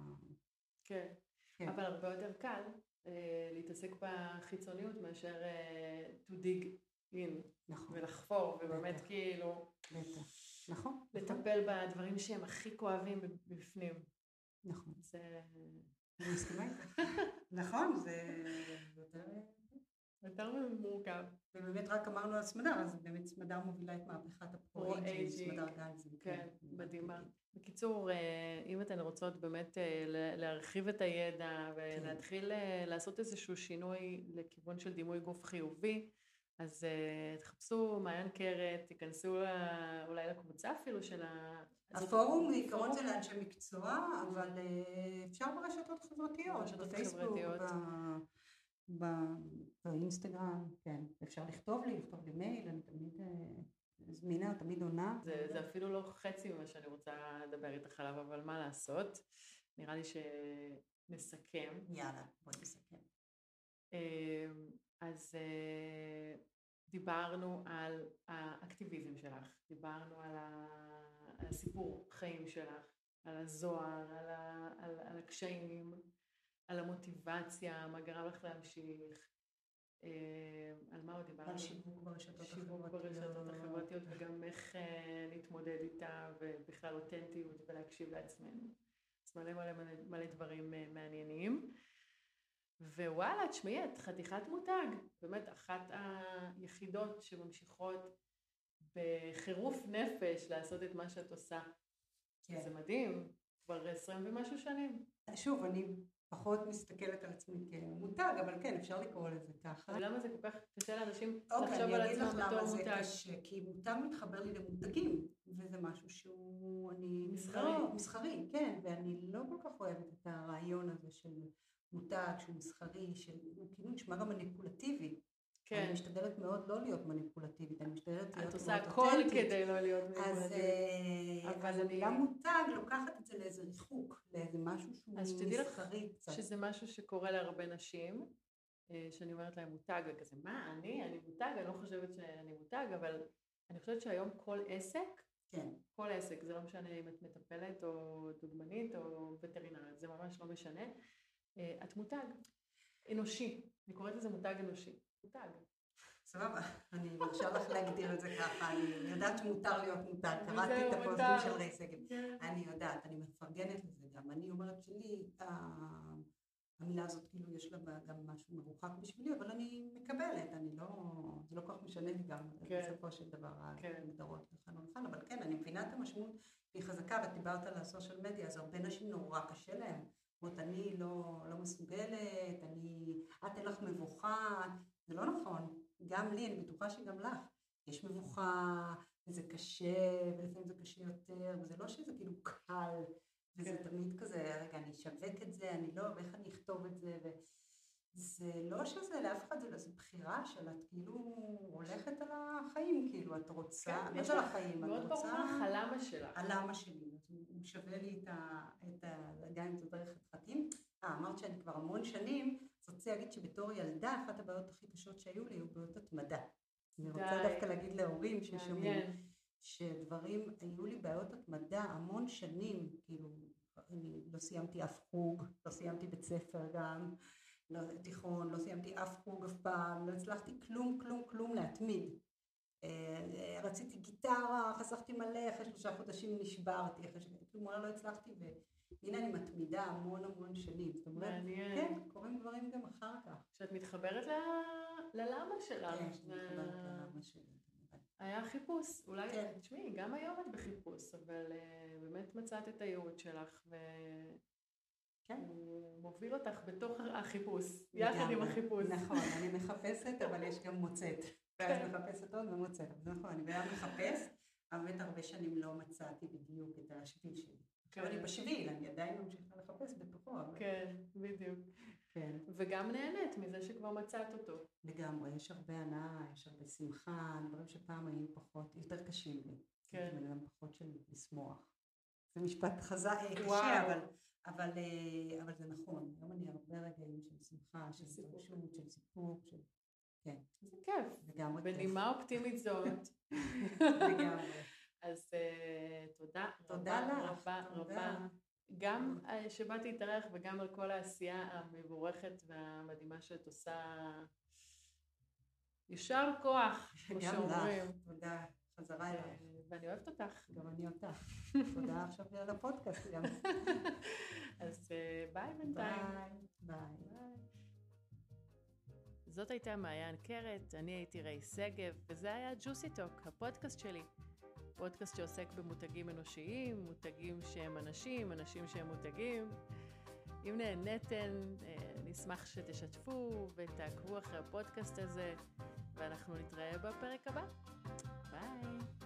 [SPEAKER 1] כן, אבל הרבה יותר קל. להתעסק בחיצוניות מאשר to dig in
[SPEAKER 2] נכון.
[SPEAKER 1] ולחפור ובאמת בטח. כאילו
[SPEAKER 2] בטח. נכון.
[SPEAKER 1] לטפל נכון. בדברים שהם הכי כואבים בפנים.
[SPEAKER 2] נכון.
[SPEAKER 1] זה...
[SPEAKER 2] אני מסכימה איתך. נכון, זה יותר...
[SPEAKER 1] יותר מורכב.
[SPEAKER 2] ובאמת רק אמרנו על סמדר, אז באמת סמדר מובילה את מהפכת הפרו-אייג'ינג, סמדר גלזין.
[SPEAKER 1] כן, מדהימה. בקיצור, אם אתן רוצות באמת להרחיב את הידע ולהתחיל לעשות איזשהו שינוי לכיוון של דימוי גוף חיובי, אז תחפשו מעיין קרת, תיכנסו אולי לקבוצה אפילו של ה...
[SPEAKER 2] הפורום בעיקרון זה לאנשי מקצוע, אבל אפשר ברשתות חברתיות, בפייסבוק, באינסטגרם, כן, אפשר לכתוב לי, לכתוב לי מייל, אני תמיד זמינה, תמיד עונה.
[SPEAKER 1] זה, זה אפילו לא חצי ממה שאני רוצה לדבר איתך עליו, אבל מה לעשות? נראה לי שנסכם.
[SPEAKER 2] יאללה, בואי נסכם.
[SPEAKER 1] אז דיברנו על האקטיביזם שלך, דיברנו על הסיפור חיים שלך, על הזוהר, על, על, על הקשיים, על המוטיבציה, מה גרם לך להמשיך. על מה עוד דיברנו?
[SPEAKER 2] על שיווק ברשתות החברתיות.
[SPEAKER 1] שיווק ברשתות החברתיות, וגם איך להתמודד איתה, ובכלל אותנטיות ולהקשיב לעצמנו. אז מלא מלא מלא, מלא דברים מעניינים. ווואלה, תשמעי, את חתיכת מותג. באמת, אחת היחידות שממשיכות בחירוף נפש לעשות את מה שאת עושה. כן. זה מדהים, כבר עשרים ומשהו שנים.
[SPEAKER 2] שוב, אני פחות מסתכלת על עצמי כמותג, אבל כן, אפשר לקרוא לזה ככה.
[SPEAKER 1] ולמה זה כל כך קשה לאנשים
[SPEAKER 2] אוקיי,
[SPEAKER 1] לחשוב על עצמם בתור מותג?
[SPEAKER 2] אוקיי, אני אגיד לך למה זה קשה, כי מותג מתחבר לי למותגים, וזה משהו שהוא, אני...
[SPEAKER 1] מסחרי.
[SPEAKER 2] לא, מסחרי, כן, ואני לא כל כך אוהבת את הרעיון הזה של מותג, שהוא מסחרי, שהוא כאילו נשמע גם מניפולטיבי. כן. אני משתדלת מאוד לא להיות מניפולטיבית, אני משתדלת להיות מאוד אותנטית.
[SPEAKER 1] את עושה הכל כדי לא להיות מניפולטיבית.
[SPEAKER 2] אז המילה מותג לוקחת את זה לאיזה ריחוק, לאיזה משהו שהוא מסחרי קצת.
[SPEAKER 1] שזה משהו שקורה להרבה נשים, שאני אומרת להם מותג, וכזה, מה, אני? אני מותג? אני לא חושבת שאני מותג, אבל אני חושבת שהיום כל עסק,
[SPEAKER 2] כן.
[SPEAKER 1] כל עסק, זה לא משנה אם את מטפלת או דוגמנית או וטרינרית, זה ממש לא משנה. את מותג אנושי, אני קוראת לזה מותג אנושי. מותג.
[SPEAKER 2] סבבה, אני מרשה לך להגדיר את זה ככה, אני יודעת שמותר להיות מותג, קראתי את הפוסטים של ריי שגב, אני יודעת, אני מפרגנת לזה גם, אני אומרת שלי, המילה הזאת כאילו יש לה גם משהו מרוחק בשבילי, אבל אני מקבלת, אני לא, זה לא כל כך משנה לי גם, בסופו של דבר, ההגדרות לכאן ולכאן, אבל כן, אני מבינה את המשמעות, והיא חזקה, ואת דיברת על הסושיאל מדיה, אז הרבה נשים נורא קשה להם, זאת אומרת, אני לא, לא מסוגלת, אני, את אין לך מבוכה, זה לא נכון, גם לי, אני בטוחה שגם לך, יש מבוכה, וזה קשה, ולפעמים זה קשה יותר, וזה לא שזה כאילו קל, וזה כן. תמיד כזה, רגע, אני אשווק את זה, אני לא, ואיך אני אכתוב את זה, וזה לא שזה, לאף אחד זה לא, זה בחירה של את כאילו הולכת על החיים, כאילו, את רוצה,
[SPEAKER 1] כן,
[SPEAKER 2] לא על החיים,
[SPEAKER 1] את רוצה... מאוד ברור לך הלמה שלך.
[SPEAKER 2] הלמה שלי, הוא שווה לי את ה... את ה... גם אם זה דרך חתחתים. אה, אמרת שאני כבר המון שנים, אז רוצה להגיד שבתור ילדה, אחת הבעיות הכי קשות שהיו לי, היו בעיות התמדה. אני רוצה דווקא להגיד להורים ששומעים, שדברים, היו לי בעיות התמדה המון שנים, כאילו, אני לא סיימתי אף חוג, לא סיימתי בית ספר גם, לא תיכון, לא סיימתי אף חוג אף פעם, לא הצלחתי כלום, כלום, כלום להתמיד. רציתי גיטרה, חסכתי מלא, אחרי שלושה חודשים נשברתי, אחרי שכלום לא הצלחתי, והנה אני מתמידה המון המון שנים. זאת אומרת, כן, קורים דברים גם אחר כך.
[SPEAKER 1] כשאת מתחברת ללמה שלך.
[SPEAKER 2] כן, כשאת מתחברת ללמה שלי.
[SPEAKER 1] היה חיפוש, אולי, תשמעי, גם היום את בחיפוש, אבל באמת מצאת את הייעוד שלך, והוא מוביל אותך בתוך החיפוש, יחד עם החיפוש.
[SPEAKER 2] נכון, אני מחפשת, אבל יש גם מוצאת. ואז מחפשת עוד ומוצאת. נכון, אני בעיה מחפש, אבל באמת הרבה שנים לא מצאתי בדיוק את השביל שלי. עכשיו אני בשביל, אני עדיין ממשיכה לחפש בתוכו.
[SPEAKER 1] כן, בדיוק.
[SPEAKER 2] כן.
[SPEAKER 1] וגם נהנית מזה שכבר מצאת אותו.
[SPEAKER 2] לגמרי, יש הרבה הנאה, יש הרבה שמחה, דברים שפעם היו פחות, יותר קשים לי.
[SPEAKER 1] כן.
[SPEAKER 2] גם פחות של לשמוח. זה משפט חזק, קשה, אבל, אבל, אבל זה נכון. היום אני הרבה רגעים של שמחה, של התרגשות, של סיפוק, של... כן.
[SPEAKER 1] זה כיף.
[SPEAKER 2] לגמרי כיף.
[SPEAKER 1] בנימה אופטימית זאת.
[SPEAKER 2] לגמרי.
[SPEAKER 1] אז תודה.
[SPEAKER 2] תודה לך.
[SPEAKER 1] רבה, רבה. גם שבאתי להתארח וגם על כל העשייה המבורכת והמדהימה שאת עושה. ישר כוח, כמו שאומרים.
[SPEAKER 2] תודה. חזרה אליי.
[SPEAKER 1] ואני אוהבת אותך.
[SPEAKER 2] גם אני אותך. תודה עכשיו על הפודקאסט גם.
[SPEAKER 1] אז ביי בינתיים.
[SPEAKER 2] ביי. ביי.
[SPEAKER 1] זאת הייתה מעיין קרת, אני הייתי ריי שגב, וזה היה ג'וסי טוק, הפודקאסט שלי. פודקאסט שעוסק במותגים אנושיים, מותגים שהם אנשים, אנשים שהם מותגים. אם נהנתן, נשמח שתשתפו ותעקבו אחרי הפודקאסט הזה, ואנחנו נתראה בפרק הבא. ביי.